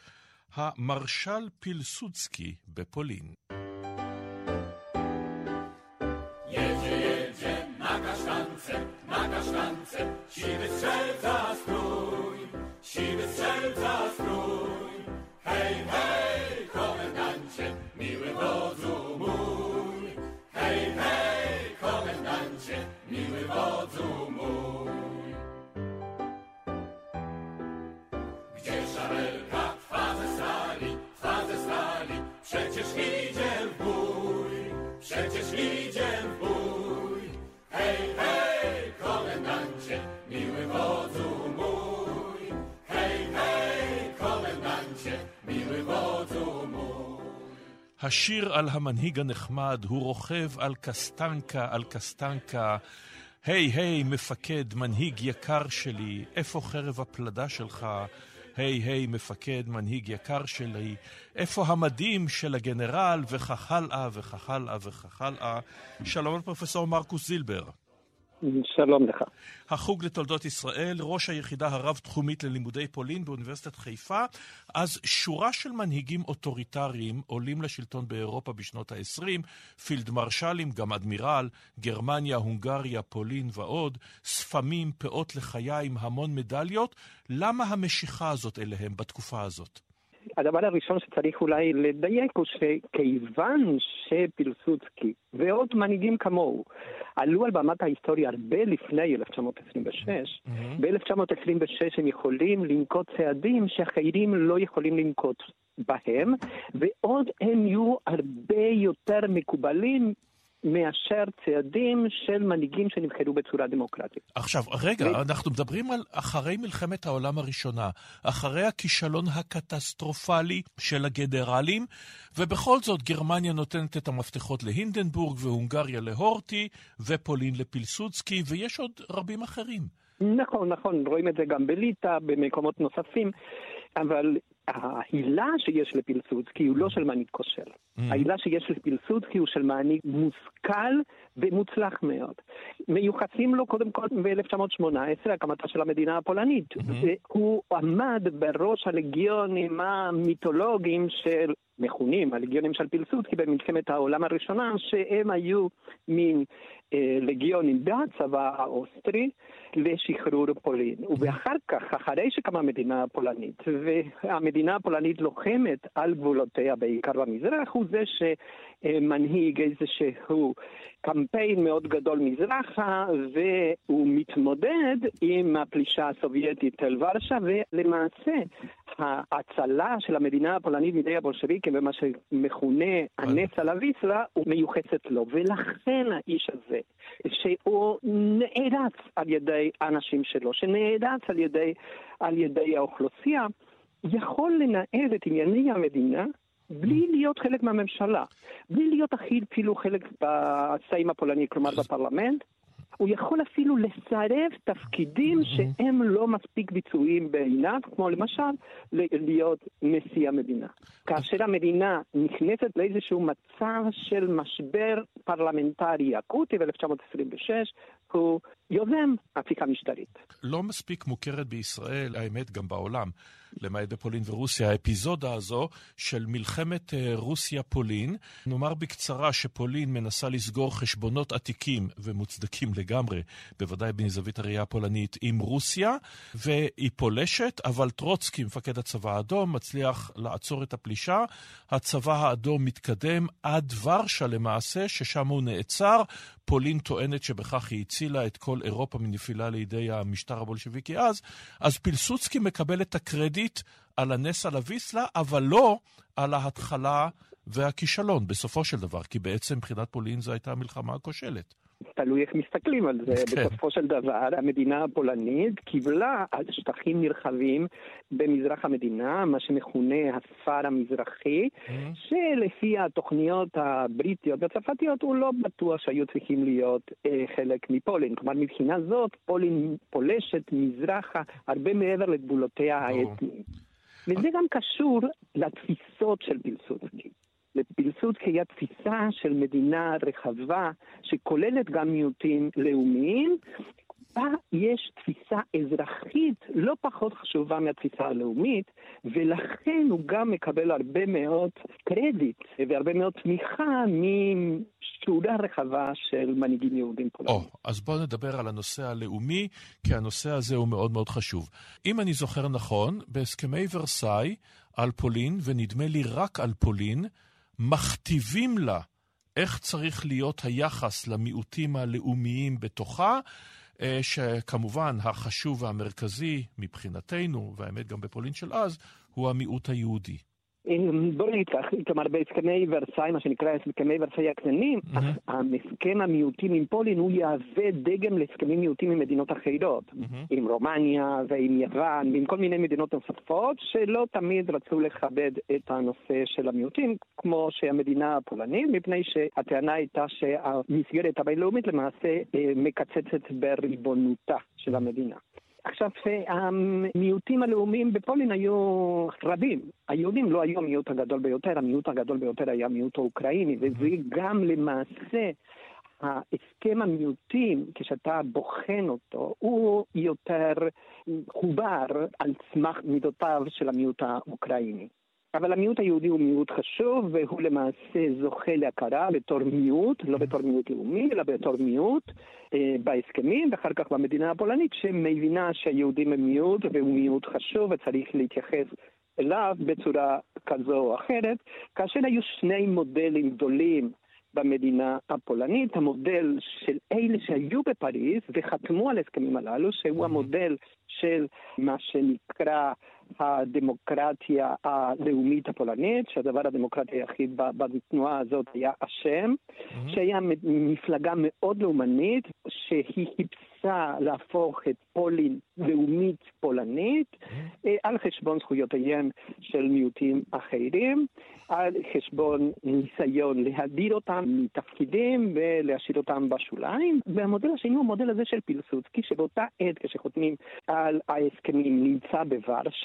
המרשל פילסודסקי בפולין. Jedzie, jedzie na kasztance, na kasztance, siwy strzelca strój, siwy strzelca strój. Hej, hej, komendancie, miły wodzu mój. Hej, hej, komendancie, miły wodzu mój. Gdzie szabelka trwa ze stali, trwa ze stali, przecież idzie w bój, przecież idzie w bój. Hej, hej, komendancie, miły wodzu mój. Hej, hej, komendancie, miły wodzu mój. השיר על המנהיג הנחמד, הוא רוכב על קסטנקה, על קסטנקה. היי, היי, מפקד, מנהיג יקר שלי, איפה חרב הפלדה שלך? היי, היי, מפקד, מנהיג יקר שלי, איפה המדים של הגנרל, וכך הלאה, וכך הלאה, וכך הלאה. שלום לפרופסור מרקוס זילבר. שלום לך. החוג לתולדות ישראל, ראש היחידה הרב-תחומית ללימודי פולין באוניברסיטת חיפה. אז שורה של מנהיגים אוטוריטריים עולים לשלטון באירופה בשנות ה-עשרים, פילד מרשלים, גם אדמירל, גרמניה, הונגריה, פולין ועוד, ספמים, פאות לחיים, המון מדליות. למה המשיכה הזאת אליהם בתקופה הזאת? הדבר הראשון שצריך אולי לדייק הוא שכיוון שפילסודסקי ועוד מנהיגים כמוהו עלו על במת ההיסטוריה הרבה לפני אלף תשע מאות עשרים ושש, mm-hmm. ב-אלף תשע מאות עשרים ושש הם יכולים לנקוט צעדים שאחרים לא יכולים לנקוט בהם, ועוד הם יהיו הרבה יותר מקובלים מאשר צעדים של מנהיגים שנבחרו בצורה דמוקרטית. עכשיו, רגע, ו... אנחנו מדברים על אחרי מלחמת העולם הראשונה, אחרי הכישלון הקטסטרופלי של הגנרלים, ובכל זאת גרמניה נותנת את המפתחות להינדנבורג, והונגריה להורטי, ופולין לפילסודסקי, ויש עוד רבים אחרים. נכון, נכון, רואים את זה גם בליטא, במקומות נוספים, אבל ההילה שיש לפילסודסקי הוא לא של מנהיג כושל. ההילה שיש לפילסודסקי הוא של מנהיג מושכל ומוצלח מאוד. מיוחסים לו קודם כל ב-אלף תשע מאות שמונה עשרה הקמתה של המדינה הפולנית. הוא עמד בראש הלגיונים המיתולוגיים של מכונים, הלגיונים של פילסודסקי במלחמת העולם הראשונה, שהם היו מין אה, לגיונים בצבא האוסטרי לשחרור פולין. ואחר כך, אחרי שקמה המדינה הפולנית, והמדינה הפולנית לוחמת על גבולותיה בעיקר במזרח, הוא זה שמנהיג איזשהו קמפיין מאוד גדול מזרחה, והוא מתמודד עם הפלישה הסובייטית אל ורשה, ולמעשה ההצלה של המדינה הפולנית מידי הבולשביקים במה שמכונה הנס על הוויסלה הוא מיוחסת לו, ולכן האיש הזה שהוא נערץ על ידי האנשים שלו, שנערץ על ידי, על ידי האוכלוסייה, יכול לנהל את ענייני המדינה בלי להיות חלק מהממשלה, בלי להיות אפילו חלק בסיים הפולני, כלומר בפרלמנט. הוא יכול אפילו לסרב תפקידים שהם לא מספיק ביצועיים בעיניו, כמו למשל להיות נשיא המדינה. כאשר המדינה נכנסת לאיזשהו מצב של משבר פרלמנטרי אקוטי ב-אלף תשע מאות עשרים ושש, הוא יוזם הפיכה משטרית. לא מספיק מוכרת בישראל, האמת גם בעולם, למעט בפולין ורוסיה, האפיזודה הזו של מלחמת רוסיה-פולין. נאמר בקצרה שפולין מנסה לסגור חשבונות עתיקים ומוצדקים לגמרי, בוודאי בזווית הראייה הפולנית, עם רוסיה, והיא פולשת, אבל טרוצקי, מפקד הצבא האדום, מצליח לעצור את הפלישה. הצבא האדום מתקדם עד ורשה למעשה, ששם הוא נעצר. פולין טוענת שבכך היא הצילה את כל אירופה מנפילה לידי המשטר הבולשביקי אז, אז פילסודסקי מקבל את הקרדיט על הנס על הוויסלה, אבל לא על ההתחלה והכישלון בסופו של דבר, כי בעצם מבחינת פולין זו הייתה המלחמה הכושלת. תלוי איך מסתכלים על זה. בסופו של דבר, המדינה הפולנית קיבלה על שטחים נרחבים במזרח המדינה, מה שמכונה הספר המזרחי, שלפי התוכניות הבריטיות והצרפתיות הוא לא בטוח שהיו צריכים להיות חלק מפולין. כלומר, מבחינה זאת, פולין פולשת מזרחה הרבה מעבר לגבולותיה האתניים. וזה גם קשור לתפיסות של פילסודסקי. לפילסודסקי היה תפיסה של מדינה רחבה שכוללת גם מיעוטים לאומיים, בה יש תפיסה אזרחית לא פחות חשובה מהתפיסה הלאומית, ולכן הוא גם מקבל הרבה מאוד קרדיט והרבה מאוד תמיכה משורה רחבה של מנהיגים יהודים פולנים. או, אז בואו נדבר על הנושא הלאומי, כי הנושא הזה הוא מאוד מאוד חשוב. אם אני זוכר נכון, בהסכמי ורסאי על פולין, ונדמה לי רק על פולין, מכתיבים לה איך צריך להיות היחס למיעוטים הלאומיים בתוכה, שכמובן החשוב והמרכזי מבחינתנו, והאמת גם בפולין של אז, הוא המיעוט היהודי. בוא נגיד כך, כלומר בהסכמי ורסאי, מה שנקרא הסכמי ורסאי הקטנים, הסכם המיעוטים עם פולין הוא יהווה דגם להסכמים מיעוטים עם מדינות אחרות, עם רומניה ועם יוון ועם כל מיני מדינות נוספות שלא תמיד רצו לכבד את הנושא של המיעוטים, כמו שהמדינה הפולנית, מפני שהטענה הייתה שהמסגרת הבינלאומית למעשה מקצצת בריבונותה של המדינה. עכשיו, המיעוטים הלאומיים בפולין היו רבים. היהודים לא היו המיעוט הגדול ביותר, המיעוט הגדול ביותר היה המיעוט האוקראיני, וזה גם למעשה ההסכם המיעוטים, כשאתה בוחן אותו, הוא יותר חובר על סמך מידותיו של המיעוט האוקראיני. אבל המיעוט היהודי הוא מיעוט חשוב, והוא למעשה זוכה להכרה בתור מיעוט, לא בתור מיעוט לאומי, אלא בתור מיעוט אה, בהסכמים, ואחר כך במדינה הפולנית, שמבינה שהיהודים הם מיעוט, והוא מיעוט חשוב, וצריך להתייחס אליו בצורה כזו או אחרת, כאשר היו שני מודלים גדולים במדינה הפולנית, המודל של אלה שהיו בפריז וחתמו על הסכמים הללו, שהוא המודל של מה שנקרא הדמוקרטיה הלאומית הפולנית, שהדבר הדמוקרטי היחיד בתנועה הזאת היה השם, שהיה מפלגה מאוד לאומנית, שהיא חיפשה להפוך את פולין לאומית פולנית, על חשבון זכויותיהם של מיעוטים אחרים, על חשבון ניסיון להדיר אותם מתפקידים ולהשאיר אותם בשוליים. והמודל השני הוא המודל הזה של פילסודסקי, שבאותה עת כשחותמים על ההסכמים נמצא בוורשה,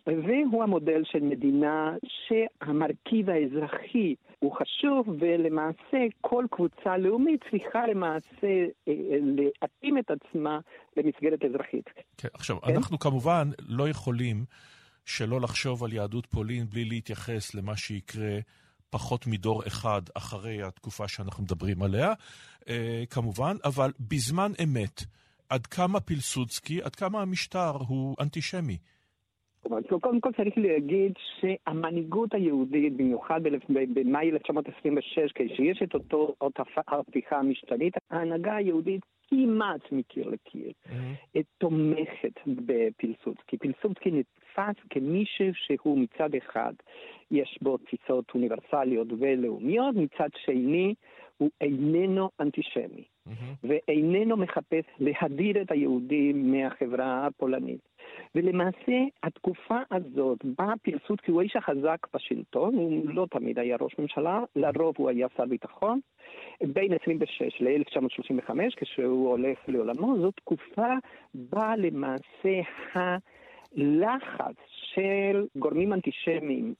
והוא המודל של מדינה שהמרכיב האזרחי הוא חשוב, ולמעשה כל קבוצה לאומית צריכה למעשה להתאים את עצמה למסגרת אזרחית. כן, עכשיו, כן? אנחנו כמובן לא יכולים שלא לחשוב על יהדות פולין בלי להתייחס למה שיקרה פחות מדור אחד אחרי התקופה שאנחנו מדברים עליה, אה, כמובן, אבל בזמן אמת, עד כמה פילסודסקי, עד כמה המשטר הוא אנטישמי? קודם כל צריך להגיד שהמנהיגות היהודית, במיוחד במאי אלף תשע מאות עשרים ושש, כשיש את אותו ההפיכה המשטרית, ההנהגה היהודית כמעט מקיר לקיר, mm-hmm. תומכת בפילסודסקי. פילסודסקי נתפס כמישהו שהוא מצד אחד, יש בו תפיסות אוניברסליות ולאומיות, מצד שני הוא איננו אנטישמי, mm-hmm. ואיננו מחפש להדיר את היהודים מהחברה הפולנית. ולמעשה התקופה הזאת בה פילסודסקי הוא האיש החזק בשלטון, הוא לא תמיד היה ראש ממשלה, לרוב הוא היה שר ביטחון, בין עשרים ושש ל-אלף תשע מאות שלושים וחמש כשהוא הולך לעולמו, זו תקופה בה למעשה הלחץ של גורמים אנטישמיים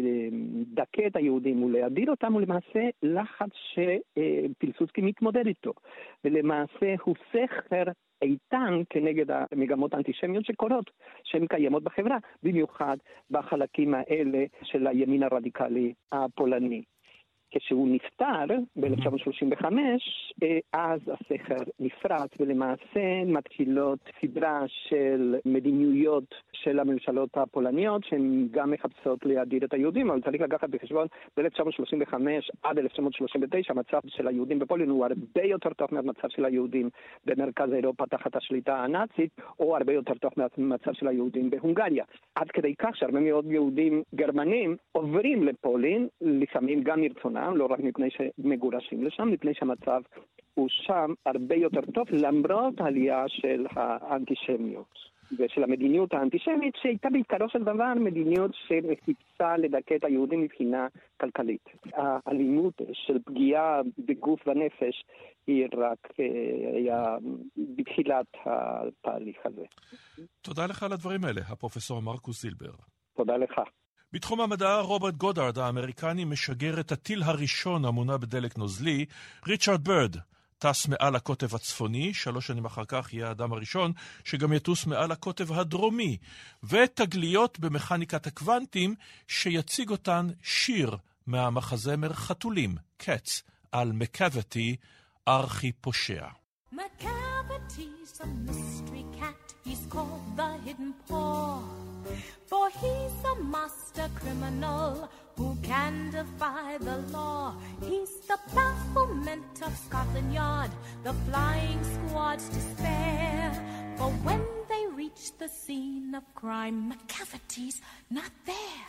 לדכא את היהודים ולהדיר אותם הוא למעשה לחץ שפילסודסקי מתמודד איתו, ולמעשה הוא סכר איתן כנגד המגמות האנטישמיות שקורות, שהן קיימות בחברה, במיוחד בחלקים האלה של הימין הרדיקלי הפולני. כשהוא נפטר ב-אלף תשע מאות שלושים וחמש, אז הסכר נפרץ, ולמעשה מתחילות סדרה של מדיניות של הממשלות הפולניות, שהן גם מחפשות להדיר את היהודים, אבל צריך לקחת בחשבון, ב-אלף תשע מאות שלושים וחמש עד אלף תשע מאות שלושים ותשע, המצב של היהודים בפולין הוא הרבה יותר טוב מהמצב של היהודים במרכז אירופה תחת השליטה הנאצית, או הרבה יותר טוב מהמצב של היהודים בהונגריה. עד כדי כך שהרבה מאוד יהודים גרמנים עוברים לפולין, לפעמים גם מרצונם, לא רק מפני שמגורשים לשם, מפני שהמצב הוא שם הרבה יותר טוב, למרות העלייה של האנטישמיות ושל המדיניות האנטישמית, שהייתה בעיקרו של דבר מדיניות שמחיפשה לדכא את היהודים מבחינה כלכלית. האלימות של פגיעה בגוף ונפש היא רק היה בתחילת התהליך הזה. תודה לך על הדברים האלה, הפרופסור מרקוס זילבר. תודה לך. בתחום המדע, רוברט גודארד האמריקני משגר את הטיל הראשון המונע בדלק נוזלי, ריצ'רד בירד. טס מעל הקוטב הצפוני, שלוש שנים אחר כך יהיה האדם הראשון שגם יטוס מעל הקוטב הדרומי, ותגליות במכניקת הקוונטים שיציג אותן שיר מהמחזמר חתולים, קץ, על מקאבטי, ארכי פושע. McCavity's a mystery cat, he's called the hidden paw, for he's a master criminal who can defy the law. He's the bafflement of Scotland Yard, the flying squad's despair. For when they reach the scene of crime, McCavity's not there.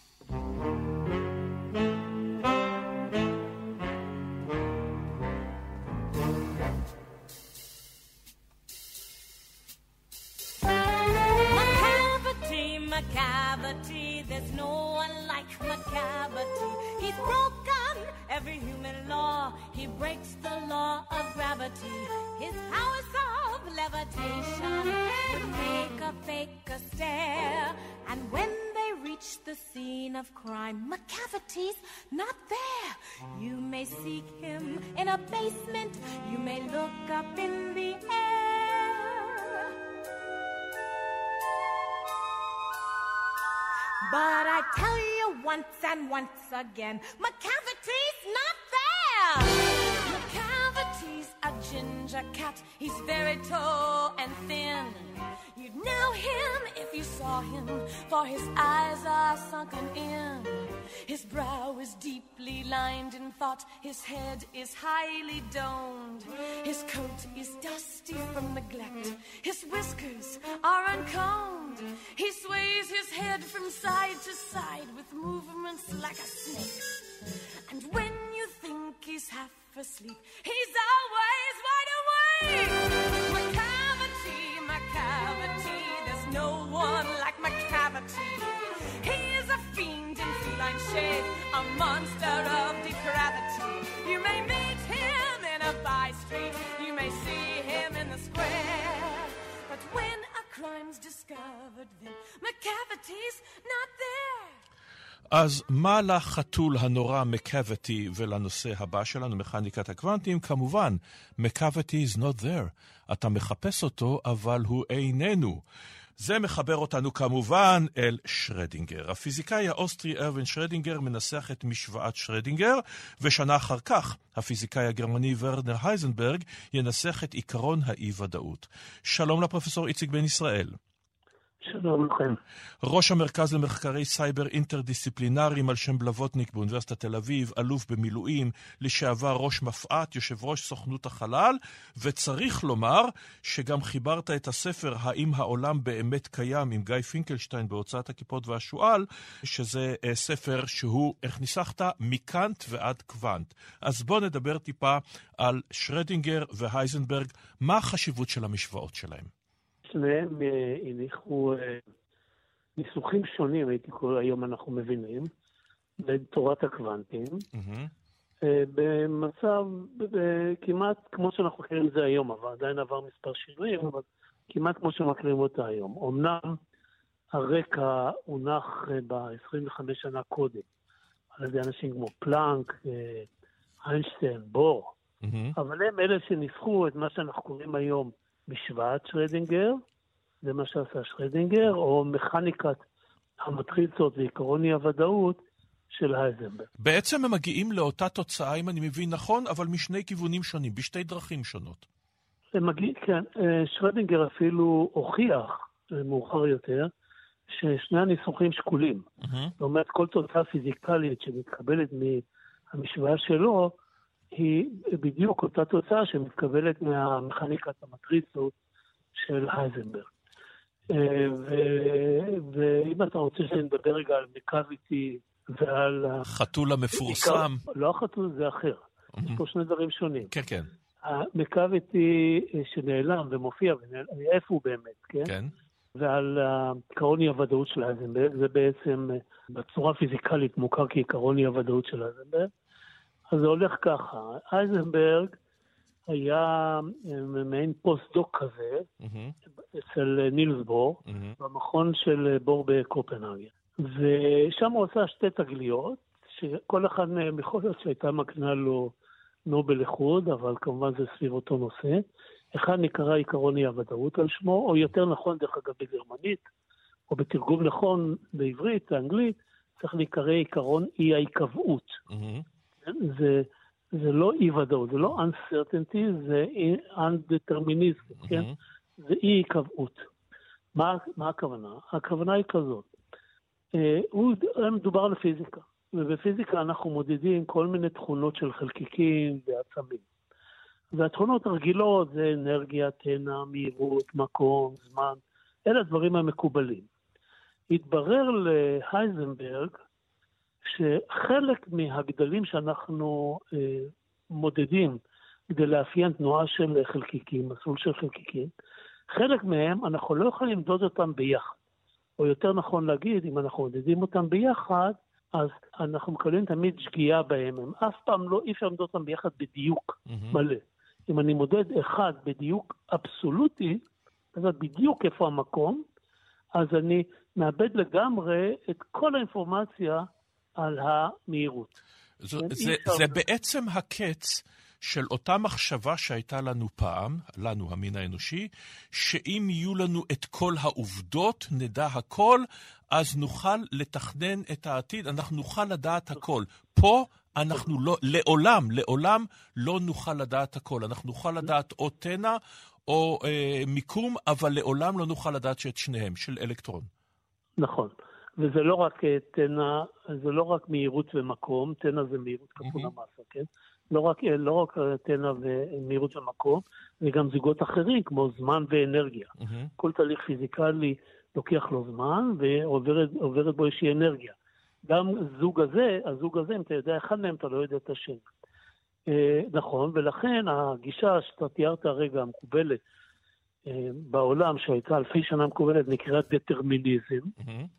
McCavity, there's no one like McCavity. He's broken every human law. He breaks the law of gravity. His powers of levitation would make a faker stare. And when they reach the scene of crime, McCavity's not there. You may seek him in a basement. You may look up in the air. But I tell you once and once again, McCavity's not there! McCavity's a ginger cat, he's very tall and thin. You'd know him if you saw him, for his eyes are sunken in. His brow is deeply lined in thought, his head is highly domed. His coat is dusty from neglect, his whiskers are uncombed. He sways his head from side to side with movements like a snake. And when you think he's half asleep, he's always wide awake. McCavity, McCavity, there's no one like McCavity. He is a fiend in feline shape, a monster of depravity. You may meet him in a by street, you may see him in the square, but when a crime's discovered, then my cavity's not there. אז מה לחתול הנורא מקוויטי ולנושא הבא שלנו, מכניקת הקוונטים? כמובן, מקוויטי is not there. אתה מחפש אותו, אבל הוא איננו. זה מחבר אותנו כמובן אל שרדינגר. הפיזיקאי האוסטרי ארווין שרדינגר מנסח את משוואת שרדינגר, ושנה אחר כך הפיזיקאי הגרמני ורנר הייזנברג ינסח את עיקרון האי-ודאות. שלום לפרופסור איציק בן ישראל. שלום לכם. ראש המרכז למחקרי סייבר אינטרדיסציפלינריים על שם בלווטניק באוניברסיטת תל אביב, אלוף במילואים, לשעבר ראש מפעת, יושב ראש סוכנות החלל, וצריך לומר שגם חיברת את הספר האם העולם באמת קיים עם גיא פינקלשטיין בהוצאת הכיפות והשואל, שזה ספר שהוא, איך ניסחת, מקאנט ועד קוונט. אז בוא נדבר טיפה על שרדינגר והייזנברג, מה החשיבות של המשוואות שלהם? שניהם הניחו ניסוחים שונים, הייתי קורא, היום אנחנו מבינים, בתורת הקוונטים, במצב כמעט כמו שאנחנו מכירים זה היום, אבל עדיין עבר מספר שינויים, אבל כמעט כמו שמכירים אותה היום. אמנם הרקע הונח ב-עשרים וחמש שנה קודם, על ידי אנשים כמו פלנק, איינשטיין, בור, אבל הם אלה שניסחו את מה שאנחנו קוראים היום משוואת שרדינגר, זה מה שעשה שרדינגר, או מכניקת המטריצות ועיקרון אי-הוודאות של הייזנברג. בעצם הם מגיעים לאותה תוצאה, אם אני מבין נכון, אבל משני כיוונים שונים, בשתי דרכים שונות. הם מגיעים, כן, שרדינגר אפילו הוכיח, מאוחר יותר, ששני הניסוחים שקולים. Mm-hmm. זאת אומרת, כל תוצאה פיזיקלית שמתקבלת מהמשוואה שלו, היא בדיוק אותה תוצאה שמתקבלת מהמכניקת המטריצות של הייזנברג. ואם אתה רוצה שנדבר רגע על מקוויטי ועל... חתול המפורסם. לא החתול, זה אחר. יש פה שני דברים שונים. כן, כן. המקוויטי שנעלם ומופיע, איפה הוא באמת, כן? כן. ועל עיקרון אי-הוודאות של הייזנברג, זה בעצם בצורה פיזיקלית מוכר כעיקרון אי-הוודאות של הייזנברג. אז זה הולך ככה, הייזנברג היה מעין פוסט-דוק כזה, mm-hmm. אצל נילס בור, mm-hmm. במכון של בור בקופנהגן. ושם הוא עשה שתי תגליות, שכל אחד מהם יכול להיות שהייתה מקנה לו נובל איחוד, אבל כמובן זה סביב אותו נושא. אחד נקרא עיקרון אי-הוודאות על שמו, או יותר נכון דרך אגב בגרמנית, או בתרגום נכון בעברית, באנגלית, צריך להיקרא עיקרון אי-ההיקבעות. Mm-hmm. זה, זה לא אי-ודאות, זה לא uncertainty, זה undeterminism, mm-hmm. כן? זה אי-קבעות. מה, מה הכוונה? הכוונה היא כזאת. אה, הוא מדובר על פיזיקה, ובפיזיקה אנחנו מודדים כל מיני תכונות של חלקיקים ועצמים. והתכונות הרגילות זה אנרגיה, תנע, מהירות, מקום, זמן, אלה הדברים המקובלים. התברר להייזנברג, שחלק מהגדלים שאנחנו אה, מודדים כדי לאפיין תנועה של חלקיקים, מסלול של חלקיקים, חלק מהם אנחנו לא יכולים למדוד אותם ביחד. או יותר נכון להגיד, אם אנחנו מודדים אותם ביחד, אז אנחנו מקבלים תמיד שגיאה בהם. הם אף פעם לא, אי אפשר למדוד אותם ביחד בדיוק mm-hmm. מלא. אם אני מודד אחד בדיוק אבסולוטי, אז בדיוק איפה המקום, אז אני מאבד לגמרי את כל האינפורמציה על המהירות. זה, זה, זה בעצם הקץ של אותה מחשבה שהייתה לנו פעם, לנו המין האנושי, שאם יהיו לנו את כל העובדות, נדע הכל, אז נוכל לתכנן את העתיד, אנחנו נוכל לדעת הכל. פה אנחנו לא, לעולם, לעולם לא נוכל לדעת הכל. אנחנו נוכל לדעת או תנע או אה, מיקום, אבל לעולם לא נוכל לדעת שאת שניהם, של אלקטרון. נכון. וזה לא רק תנע, זה לא רק מהירות ומקום, תנע זה מהירות כפול המסה, כן? לא רק, לא רק תנע ומהירות ומקום, זה גם זוגות אחרים, כמו זמן ואנרגיה. כל תהליך פיזיקלי לוקח לו זמן, ועוברת בו איזושהי אנרגיה. גם זוג הזה, הזוג הזה, אם אתה יודע אחד מהם, אתה לא יודע את השני. נכון, ולכן הגישה שאתה תיארת הרגע המקובלת בעולם, שהייתה אלפי שנה מקובלת, נקראת דטרמיניזם,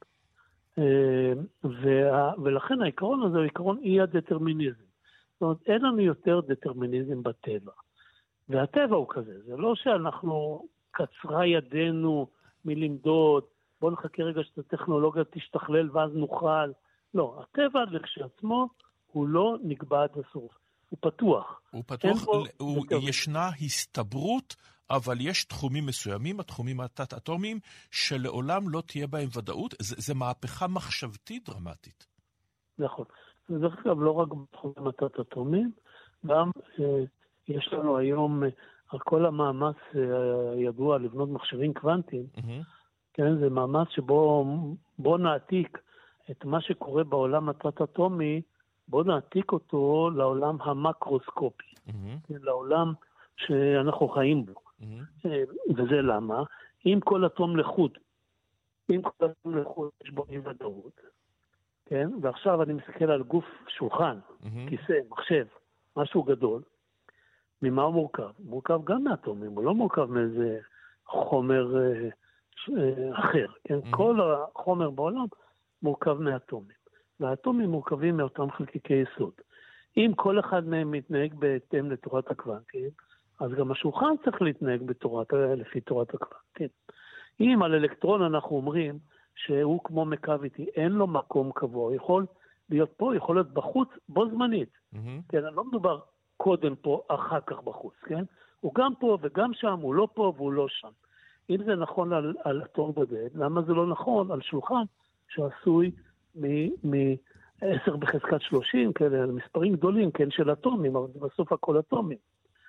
ולכן העיקרון הזה הוא עיקרון אי הדטרמיניזם. זאת אומרת, אין לנו יותר דטרמיניזם בטבע. והטבע הוא כזה, זה לא שאנחנו קצרה ידינו מלמדוד בוא נחכה רגע שהטכנולוגיה תשתכלל ואז נוכל. לא, הטבע לכשעצמו הוא לא נקבע עד הסוף. הוא פתוח. הוא פתוח, הוא, ישנה הסתברות, אבל יש תחומים מסוימים, התחומים התת-אטומיים, שלעולם לא תהיה בהם ודאות. זה, זה מהפכה מחשבתית דרמטית. נכון. זה דרך כלל לא רק בתחומים התת-אטומיים, גם אה, יש לנו היום, אה, על כל המאמץ אה, הידוע לבנות מחשבים קוונטיים, mm-hmm. כן, זה מאמץ שבו בוא נעתיק את מה שקורה בעולם התת-אטומי, בוא נעתיק אותו לעולם המקרוסקופי, mm-hmm. לעולם שאנחנו חיים בו. Mm-hmm. וזה למה? אם כל אטום לחוד, אם כל אטום לחוד יש בו אי ודאות, כן? ועכשיו אני מסתכל על גוף שולחן, mm-hmm. כיסא, מחשב, משהו גדול, ממה הוא מורכב? הוא מורכב גם מאטומים, הוא לא מורכב מאיזה חומר אה, אה, אחר, כן? Mm-hmm. כל החומר בעולם מורכב מאטומים. והאטומים מורכבים מאותם חלקיקי יסוד. אם כל אחד מהם מתנהג בהתאם לתורת הקוונטים, אז גם השולחן צריך להתנהג בתורת, לפי תורת הקוונטים. אם על אלקטרון אנחנו אומרים שהוא כמו מקוויטי, אין לו מקום קבוע, יכול להיות פה, יכול להיות בחוץ, בו זמנית. Mm-hmm. כן, אני לא מדובר קודם פה, אחר כך בחוץ, כן? הוא גם פה וגם שם, הוא לא פה והוא לא שם. אם זה נכון על, על אטום בודד, למה זה לא נכון על שולחן שעשוי מ-עשר בחזקת שלושים, כאלה, מספרים גדולים, כן, של אטומים, אבל בסוף הכל אטומים.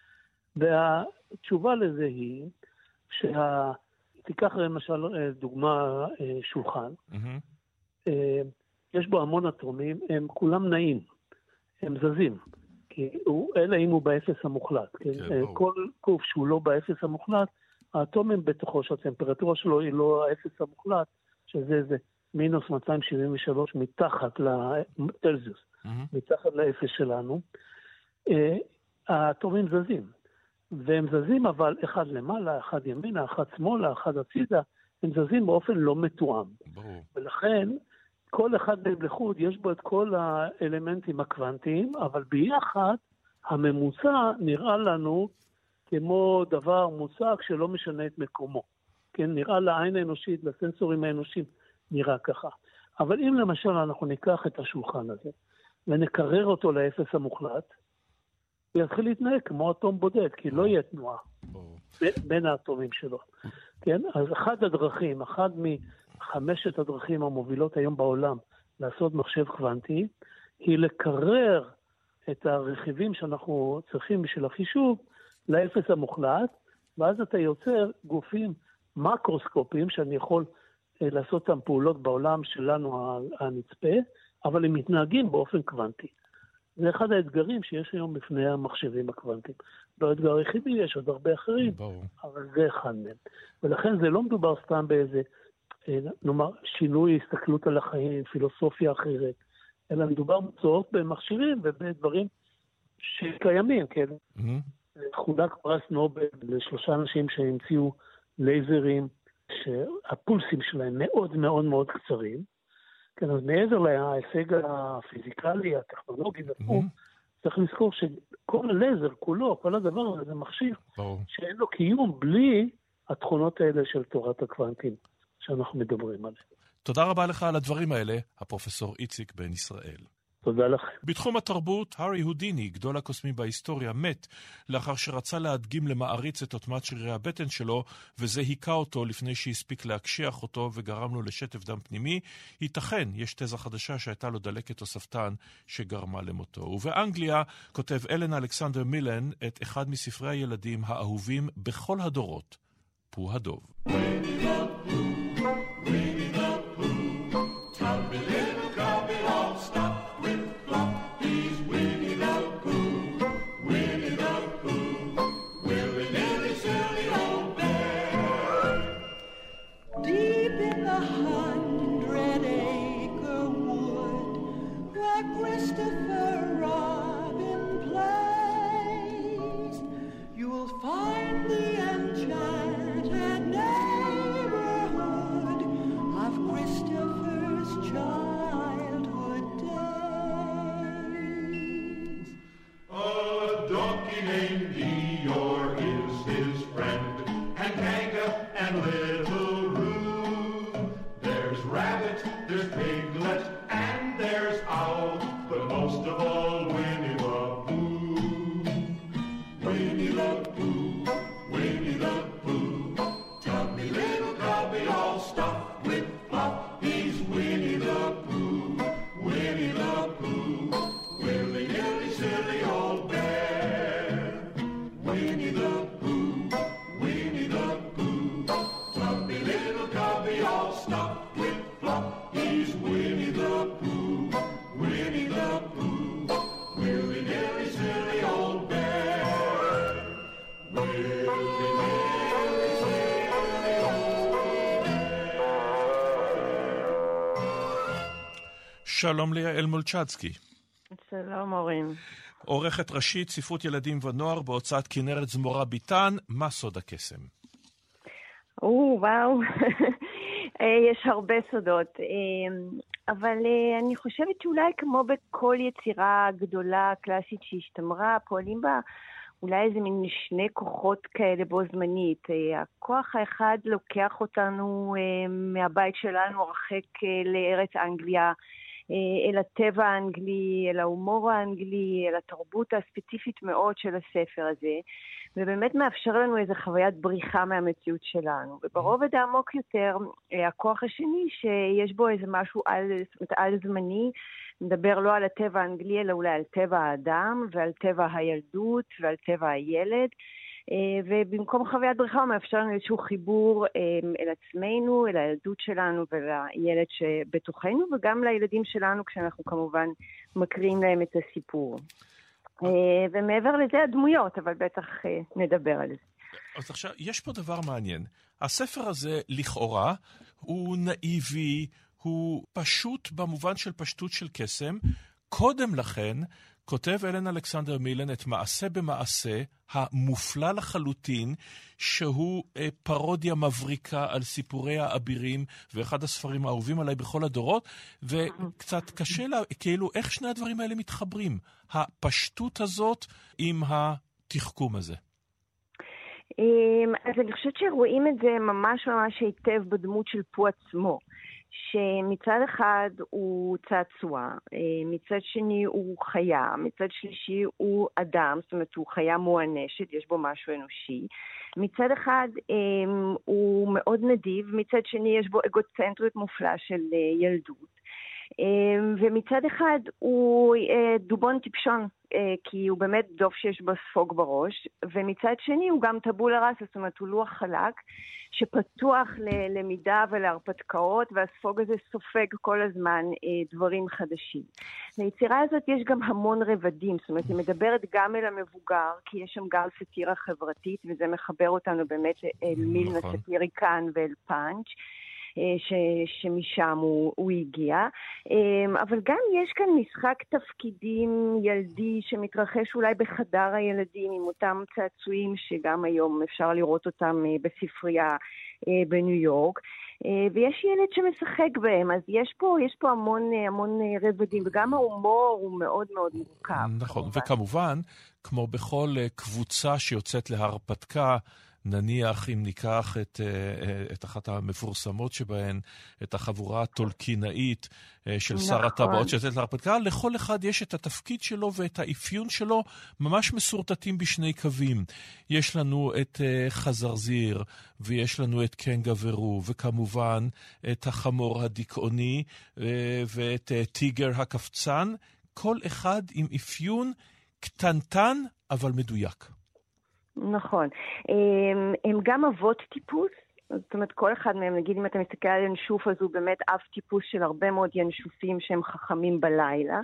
והתשובה לזה היא, שה... תיקח למשל דוגמה שולחן, mm-hmm. יש בו המון אטומים, הם כולם נעים, הם זזים, כי הוא, אלא אם הוא באפס המוחלט, כן? כן, כל גוף שהוא לא באפס המוחלט, האטומים בתוכו שהטמפרטורה שלו היא לא האפס המוחלט, שזה זה מינוס מאתיים שבעים ושלוש מתחת לטלזיוס, mm-hmm. מתחת לאפס שלנו, האטומים זזים. והם זזים אבל אחד למעלה, אחד ימינה, אחד שמאלה, אחד הצידה, הם זזים באופן לא מתואם. ברור. ולכן כל אחד מהם לחוד יש בו את כל האלמנטים הקוונטיים, אבל ביחד הממוצע נראה לנו כמו דבר מוצק שלא משנה את מקומו. כן, נראה לעין האנושית, לסנסורים האנושיים, נראה ככה. אבל אם למשל אנחנו ניקח את השולחן הזה ונקרר אותו לאפס המוחלט, הוא יתחיל להתנהג כמו אטום בודד, כי לא יהיה תנועה בין האטומים שלו. כן? אז אחד הדרכים, אחד מחמשת הדרכים המובילות היום בעולם לעשות מחשב קוונטי, היא לקרר את הרכיבים שאנחנו צריכים בשביל החישוב לאפס המוחלט, ואז אתה יוצר גופים מקרוסקופיים שאני יכול לעשות אותם פעולות בעולם שלנו הנצפה, אבל הם מתנהגים באופן קוונטי. זה אחד האתגרים שיש היום בפני המחשבים הקוונטיים. לא אתגר היחידי, יש עוד הרבה אחרים, ברור. אבל זה אחד מהם. ולכן זה לא מדובר סתם באיזה, נאמר, שינוי הסתכלות על החיים, פילוסופיה אחרת, אלא מדובר בצורות במכשירים ובדברים שקיימים, כן? Mm-hmm. חולק פרס נובל לשלושה אנשים שהמציאו לייזרים, שהפולסים שלהם מאוד מאוד מאוד קצרים, כן, אז מעבר להישג הפיזיקלי, הטכנולוגי, mm-hmm. צריך לזכור שכל הלייזר כולו, כל הדבר הזה, זה מכשיר ברור. שאין לו קיום בלי התכונות האלה של תורת הקוונטים שאנחנו מדברים עליהם. תודה רבה לך על הדברים האלה, הפרופסור איציק בן ישראל. תודה לכם. בתחום התרבות, הארי הודיני, גדול הקוסמים בהיסטוריה, מת לאחר שרצה להדגים למעריץ את עוצמת שרירי הבטן שלו, וזה היכה אותו לפני שהספיק להקשיח אותו וגרם לו לשטף דם פנימי. ייתכן, יש תזה חדשה שהייתה לו דלקת או ספתן שגרמה למותו. ובאנגליה כותב אלן אלכסנדר מילן את אחד מספרי הילדים האהובים בכל הדורות, פו הדוב. שלום ליעל מולצ'צקי. שלום אורין. עורכת ראשית ספרות ילדים ונוער בהוצאת כנרת זמורה ביטן, מה סוד הקסם? או, וואו, יש הרבה סודות, אבל אני חושבת שאולי כמו בכל יצירה גדולה קלאסית שהשתמרה, פועלים בה אולי איזה מין שני כוחות כאלה בו זמנית. הכוח האחד לוקח אותנו מהבית שלנו הרחק לארץ אנגליה, אל הטבע האנגלי, אל ההומור האנגלי, אל התרבות הספציפית מאוד של הספר הזה, ובאמת מאפשר לנו איזו חוויית בריחה מהמציאות שלנו. וברובד העמוק יותר, הכוח השני שיש בו איזה משהו על, על זמני, מדבר לא על הטבע האנגלי, אלא אולי על טבע האדם, ועל טבע הילדות, ועל טבע הילד, ובמקום חוויית בריחה הוא מאפשר לנו איזשהו חיבור אל עצמנו, אל הילדות שלנו ולילד שבתוכנו, וגם לילדים שלנו כשאנחנו כמובן מקריאים להם את הסיפור. ומעבר לזה הדמויות, אבל בטח נדבר על זה. אז עכשיו, יש פה דבר מעניין. הספר הזה לכאורה הוא נאיבי, הוא פשוט במובן של פשטות של קסם. קודם לכן כותב אלן אלכסנדר מילן את מעשה במעשה המופלא לחלוטין, שהוא אה, פרודיה מבריקה על סיפורי האבירים, ואחד הספרים האהובים עליי בכל הדורות, וקצת קשה לה, כאילו איך שני הדברים האלה מתחברים, הפשטות הזאת עם התחכום הזה. אז אני חושבת שרואים את זה ממש ממש היטב בדמות של פו עצמו, שמצד אחד הוא צעצוע, מצד שני הוא חיה, מצד שלישי הוא אדם, זאת אומרת הוא חיה מואנשת, יש בו משהו אנושי. מצד אחד הוא מאוד נדיב, מצד שני יש בו אגוצנטריות מופלאה של ילדות. ומצד אחד הוא דובון טיפשון, כי הוא באמת דוב שיש בו ספוג בראש, ומצד שני הוא גם טבולה ראסה, זאת אומרת הוא לוח חלק שפתוח ללמידה ולהרפתקאות, והספוג הזה סופג כל הזמן דברים חדשים. ליצירה הזאת יש גם המון רבדים, זאת אומרת היא מדברת גם אל המבוגר, כי יש שם גם סטירה חברתית, וזה מחבר אותנו באמת אל מילן הסטיריקן ואל פאנץ', ש, שמשם הוא, הוא הגיע, אבל גם יש כאן משחק תפקידים ילדי שמתרחש אולי בחדר הילדים עם אותם צעצועים שגם היום אפשר לראות אותם בספרייה בניו יורק, ויש ילד שמשחק בהם, אז יש פה, יש פה המון, המון רבדים, וגם ההומור הוא מאוד מאוד מורכב. נכון, כמובן. וכמובן, כמו בכל קבוצה שיוצאת להרפתקה, נניח אם ניקח את, את אחת המפורסמות שבהן, את החבורה הטולקינאית של נכון. שר הטבעות שיוצאת להרפתקה, לכל אחד יש את התפקיד שלו ואת האפיון שלו ממש מסורטטים בשני קווים. יש לנו את חזרזיר, ויש לנו את קנגורו, וכמובן את החמור הדיכאוני, ואת טיגר הקפצן, כל אחד עם אפיון קטנטן אבל מדויק. נכון. הם גם אבות טיפוס, זאת אומרת כל אחד מהם, נגיד אם אתה מסתכל על ינשוף, אז הוא באמת אב טיפוס של הרבה מאוד ינשופים שהם חכמים בלילה,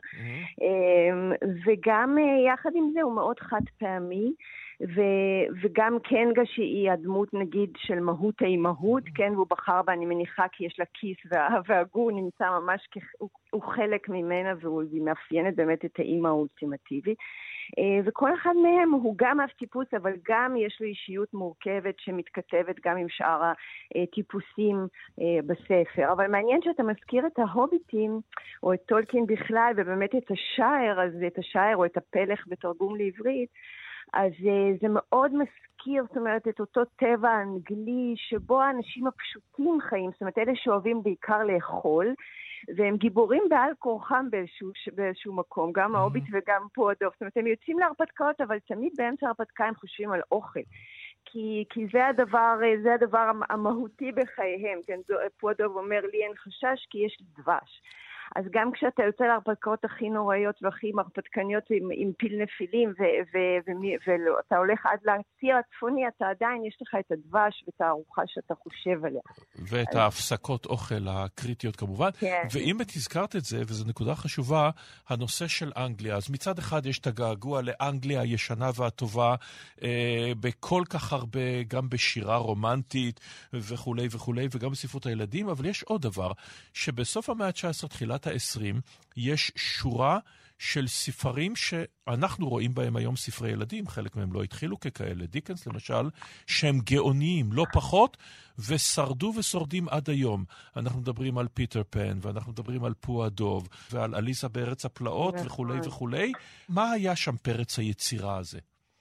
וגם יחד עם זה הוא מאוד חד פעמי, ו- וגם קנגה שהיא הדמות נגיד של מהות האימהות, כן, והוא בחר בה, אני מניחה כי יש לה כיס וה- והגור נמצא ממש, כ- הוא, הוא חלק ממנה והוא מאפיינת באמת את האימא האולטימטיבית, וכל אחד מהם הוא גם אף טיפוס, אבל גם יש לו אישיות מורכבת שמתכתבת גם עם שאר הטיפוסים בספר. אבל מעניין שאתה מזכיר את ההוביטים, או את טולקין בכלל, ובאמת את השייר, אז את השייר או את הפלך בתרגום לעברית, אז זה מאוד מזכיר, זאת אומרת, את אותו טבע האנגלי שבו האנשים הפשוטים חיים, זאת אומרת, אלה שאוהבים בעיקר לאכול, והם גיבורים בעל כורחם באיזשהו, באיזשהו מקום, גם ההוביט וגם פה הדוב. זאת אומרת, הם יוצאים להרפתקאות, אבל תמיד באמצע ההרפתקה הם חושבים על אוכל. כי, כי זה הדבר, זה הדבר המהותי בחייהם. כן, פה הדוב אומר לי אין חשש כי יש לי דבש. אז גם כשאתה יוצא להרפתקאות הכי נוראיות והכי מרפתקניות עם, עם פיל נפילים ואתה הולך עד לציר הצפוני, אתה עדיין יש לך את הדבש ואת הארוחה שאתה חושב עליה. ואת אז... ההפסקות אוכל הקריטיות כמובן. כן. ואם את הזכרת את זה, וזו נקודה חשובה, הנושא של אנגליה. אז מצד אחד יש את הגעגוע לאנגליה הישנה והטובה, אה, בכל כך הרבה, גם בשירה רומנטית וכו' וכו', וגם בספרות הילדים, אבל יש עוד דבר, שבסוף המאה ה-תשע עשרה, תחילת שנת ה-עשרים, יש שורה של ספרים שאנחנו רואים בהם היום ספרי ילדים, חלק מהם לא התחילו ככאלה, דיקנס למשל, שהם גאוניים, לא פחות, ושרדו ושורדים עד היום. אנחנו מדברים על פיטר פן, ואנחנו מדברים על פו הדוב, ועל אליסה בארץ הפלאות וכו' וכו'. מה היה שם פרץ היצירה הזה?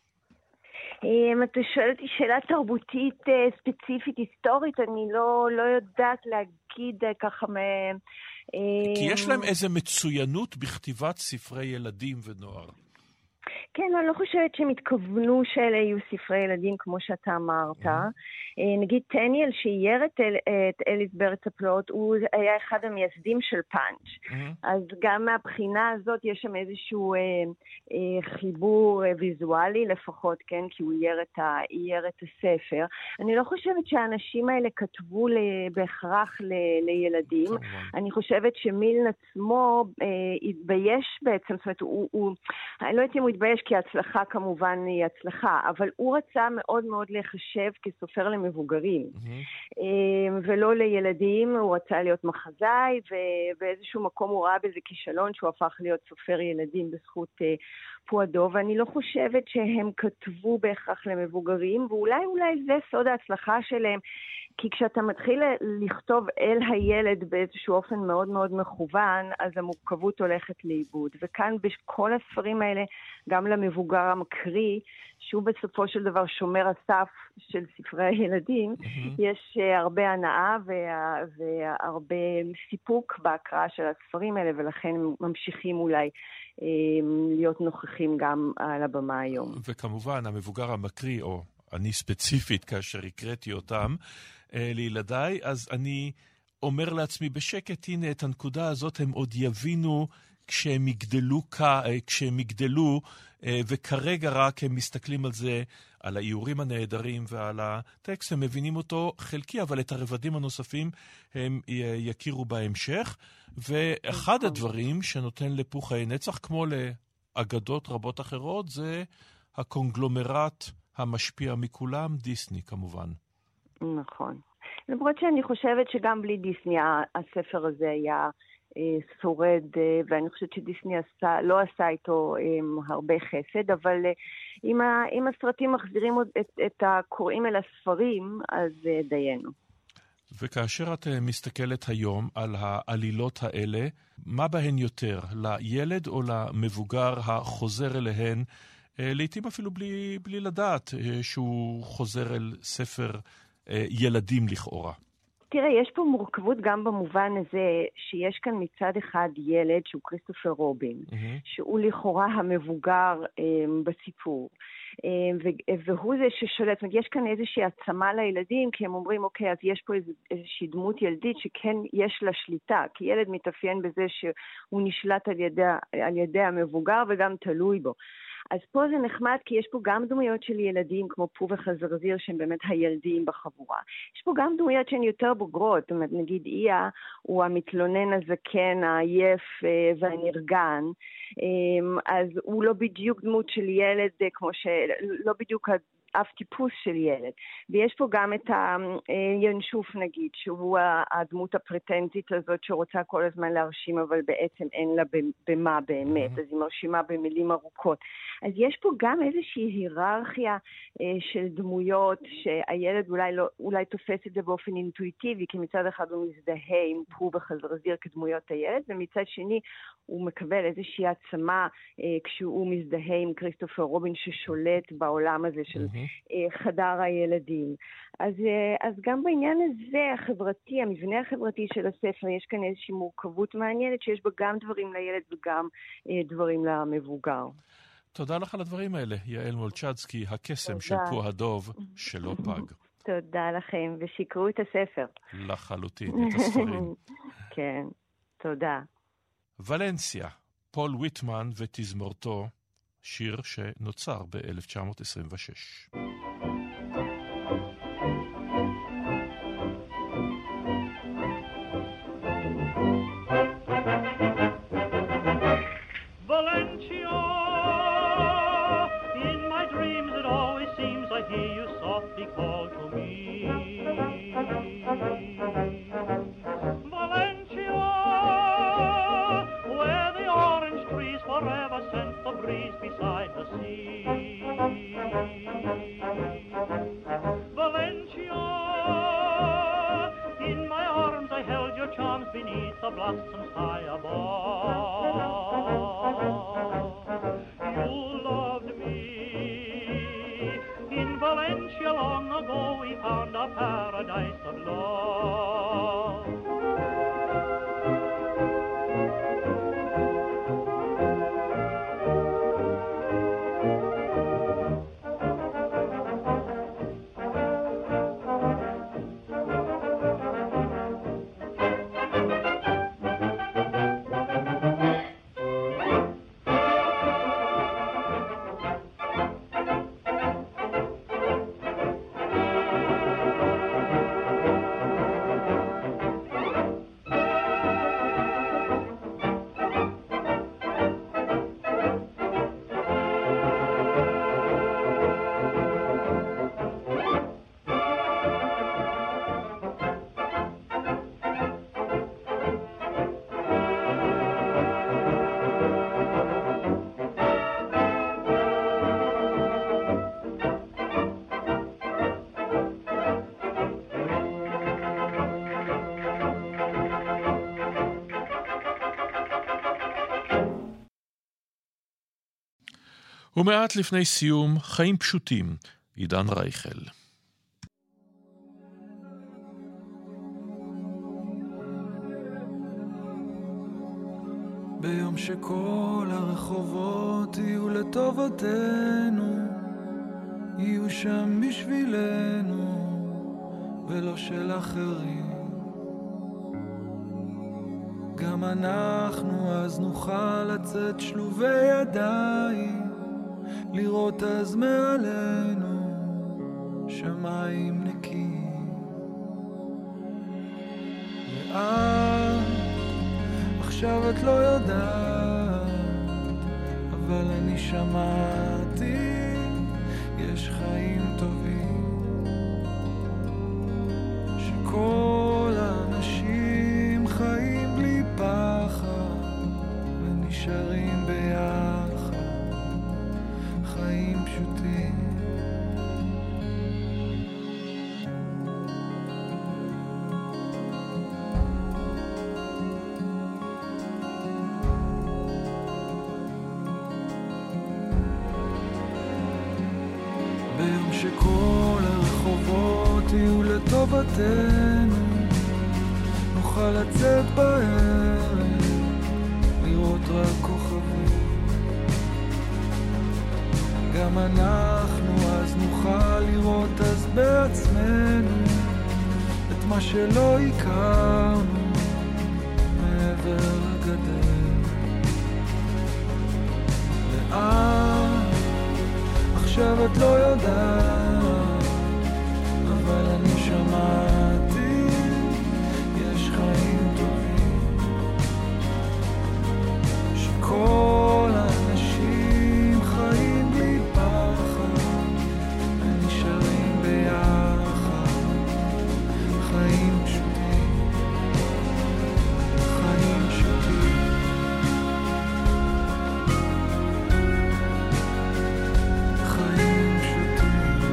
אם אתה שואל אותי שאלה תרבותית ספציפית, היסטורית, אני לא, לא יודעת להגיד ככה מ... כי יש להם איזה מצוינות בכתיבת ספרי ילדים ונוער. כן, אני לא חושבת שהם התכוונו שאלה יהיו ספרי ילדים כמו שאתה אמרת. נגיד טניאל שאייר את, אל, את אליס בארץ הפלאות, הוא היה אחד המייסדים של פאנץ'. אז גם מהבחינה הזאת יש שם איזשהו אה, אה, חיבור אה, ויזואלי לפחות, כן, כי הוא אייר את, ה, אייר את הספר. אני לא חושבת שהאנשים האלה כתבו בהכרח ל, לילדים. אני חושבת שמילן עצמו אה, התבייש בעצם, זאת אומרת, הוא, הוא, אני לא יודעת אם הוא התבייש, כי ההצלחה כמובן היא הצלחה, אבל הוא רצה מאוד מאוד לחשב כסופר למבוגרים, mm-hmm. ולא לילדים. הוא רצה להיות מחזאי, ובאיזשהו מקום הוא ראה בזה כישלון שהוא הפך להיות סופר ילדים בזכות פו הדוב, ואני לא חושבת שהם כתבו בהכרח למבוגרים, ואולי אולי זה סוד ההצלחה שלהם, כי כשאתה מתחיל לכתוב אל הילד באיזשהו אופן מאוד מאוד מכוון, אז המורכבות הולכת לאיבוד. וכאן בכל הספרים האלה, גם למבוגר המקריא, שהוא בסופו של דבר שומר הסף של ספרי הילדים, mm-hmm. יש uh, הרבה הנאה וה, והרבה סיפוק בהקראה של הספרים האלה, ולכן הם ממשיכים אולי uh, להיות נוכחים גם על הבמה היום. וכמובן, המבוגר המקריא, או אני ספציפית כאשר הקראתי אותם אה, לילדיי, אז אני אומר לעצמי בשקט, הנה את הנקודה הזאת הם עוד יבינו כשהם יגדלו, כשהם יגדלו אה, וכרגע רק הם מסתכלים על זה, על האיורים הנהדרים ועל הטקסט, הם מבינים אותו חלקי, אבל את הרבדים הנוספים הם יכירו בהמשך. ואחד הדברים שנותן לפו חיי נצח, כמו לאגדות רבות אחרות, זה הקונגלומרט המשפיע מכולם, דיסני כמובן. נכון. למרות שאני חושבת שגם בלי דיסני הספר הזה היה אה, שורד, אה, ואני חושבת שדיסני עשה, לא עשה איתו אה, הרבה חסד, אבל אה, אם, ה, אם הסרטים מחזירים את, את הקוראים אל הספרים, אז אה, דיינו. וכאשר את מסתכלת היום על העלילות האלה, מה בהן יותר, לילד או למבוגר החוזר אליהן, לעתים אפילו בלי, בלי לדעת שהוא חוזר אל ספר ילדים לכאורה? תראה, יש פה מורכבות גם במובן הזה שיש כאן מצד אחד ילד שהוא כריסטופר רובין, mm-hmm. שהוא לכאורה המבוגר um, בסיפור. Um, והוא זה ששולט, זאת אומרת, יש כאן איזושהי עצמה לילדים, כי הם אומרים, אוקיי, אז יש פה איז, איזושהי דמות ילדית שכן יש לה שליטה, כי ילד מתאפיין בזה שהוא נשלט על ידי, על ידי המבוגר וגם תלוי בו. אז פה זה נחמד, כי יש פה גם דמויות של ילדים, כמו פו וחזרזיר, שהם באמת הילדים בחבורה. יש פה גם דמויות שהן יותר בוגרות, זאת אומרת, נגיד איה, הוא המתלונן הזקן, העייף והנרגן, אז הוא לא בדיוק דמות של ילד, כמו שלא בדיוק אף טיפוס של ילד. ויש פה גם את הינשוף נגיד, שהוא הדמות הפרטנזית הזאת שרוצה כל הזמן להרשים, אבל בעצם אין לה במה באמת, אז היא מרשימה במילים ארוכות. אז יש פה גם איזושהי היררכיה של דמויות, שהילד אולי, לא, אולי תופס את זה באופן אינטואיטיבי, כי מצד אחד הוא מזדהה עם פו וחזרזיר כדמויות הילד, ומצד שני הוא מקבל איזושהי עצמה כשהוא מזדהה עם כריסטופר רובין ששולט בעולם הזה של חדר הילדים. אז, אז גם בעניין הזה החברתי, המבנה החברתי של הספר, יש כאן איזושהי מורכבות מעניינת שיש בה גם דברים לילד וגם דברים למבוגר. תודה לך על הדברים האלה, יעל מולצ'דסקי, הקסם של פו הדוב שלא פג. תודה לכם, ושיקרו את הספר. לחלוטין, את הספרים. כן, תודה. ולנסיה, פול ויטמן ותזמורתו, שיר שנוצר ב-אלף תשע מאות עשרים ושש. Valencia, in my dreams it always seems I hear you softly call to me. Valencia, breeze beside the sea. Valencia, in my arms I held your charms beneath the blossoms high above. You loved me. In Valencia long ago we found a paradise of love. ומעט לפני סיום, חיים פשוטים, עידן רייכל. ביום שכל הרחובות יהיו לטובתנו, יהיו שם בשבילנו ולא של אחרים, גם אנחנו אז נוכל לצאת שלובי ידיים, לראות אז מעלינו שמיים נקיים. ואת עכשיו את לא יודעת, אבל אני שמעתי יש חיים טובים, שכל האנשים חיים בלי פחד ונשארים ביחד, חיים פשוטים. ביום שכל הרחובות יהיו לטובתנו, נוכל לצאת בערב, לראות רק כוכבים, גם אנחנו אז נוכל לראות אז בעצמנו את מה שלא הכרנו מעבר לגדר. ואת עכשיו את לא יודעת, אבל אני שמעתי יש חיים טובים, שכל האנשים חיים בלי פחד ונשארים ביחד, חיים פשוטים, חיים פשוטים. חיים פשוטים.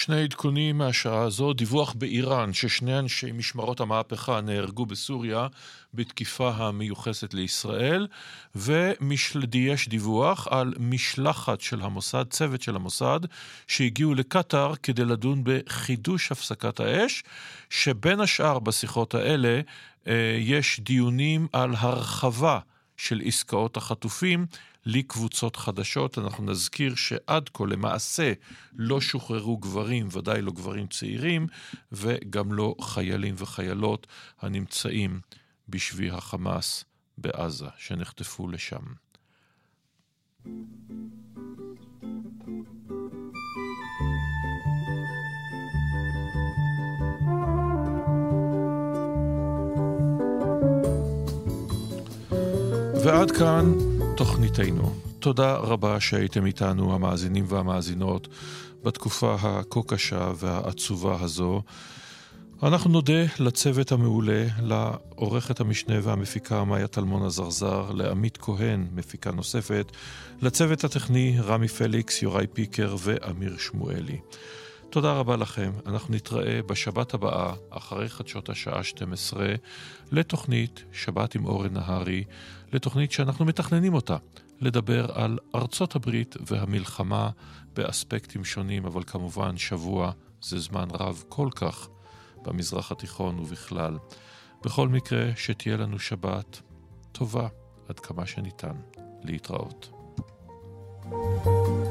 שני עדכונים מהשעה הזו, דיווח באיראן ששני אנשי משמרות המהפכה נהרגו בסוריה בתקיפה המיוחסת לישראל, ויש דיווח על משלחת של המוסד, צוות של המוסד, שהגיעו לקטר כדי לדון בחידוש הפסקת האש, שבין השאר בשיחות האלה יש דיונים על הרחבה של עסקאות החטופים לקבוצות חדשות. אנחנו נזכיר שעד כה למעשה לא שוחררו גברים, ודאי לא גברים צעירים, וגם לא חיילים וחיילות הנמצאים בשבי החמאס בעזה, שנחטפו לשם. ועד כאן תוכניתנו. תודה רבה שהייתם איתנו, המאזינים והמאזינות, בתקופה הכה קשה והעצובה הזו. אנחנו נודה לצוות המעולה, לעורכת המשנה והמפיקה מאיה טלמון הזרזר, לעמית כהן, מפיקה נוספת, לצוות הטכני רמי פליקס, יוראי פיקר ואמיר שמואלי. תודה רבה לכם. אנחנו נתראה בשבת הבאה, אחרי חדשות השעה שתים עשרה, לתוכנית שבת עם אורן נהרי, לתוכנית שאנחנו מתכננים אותה, לדבר על ארצות הברית והמלחמה באספקטים שונים, אבל כמובן שבוע זה זמן רב כל כך במזרח התיכון ובכלל. בכל מקרה, שתהיה לנו שבת טובה עד כמה שניתן. להתראות.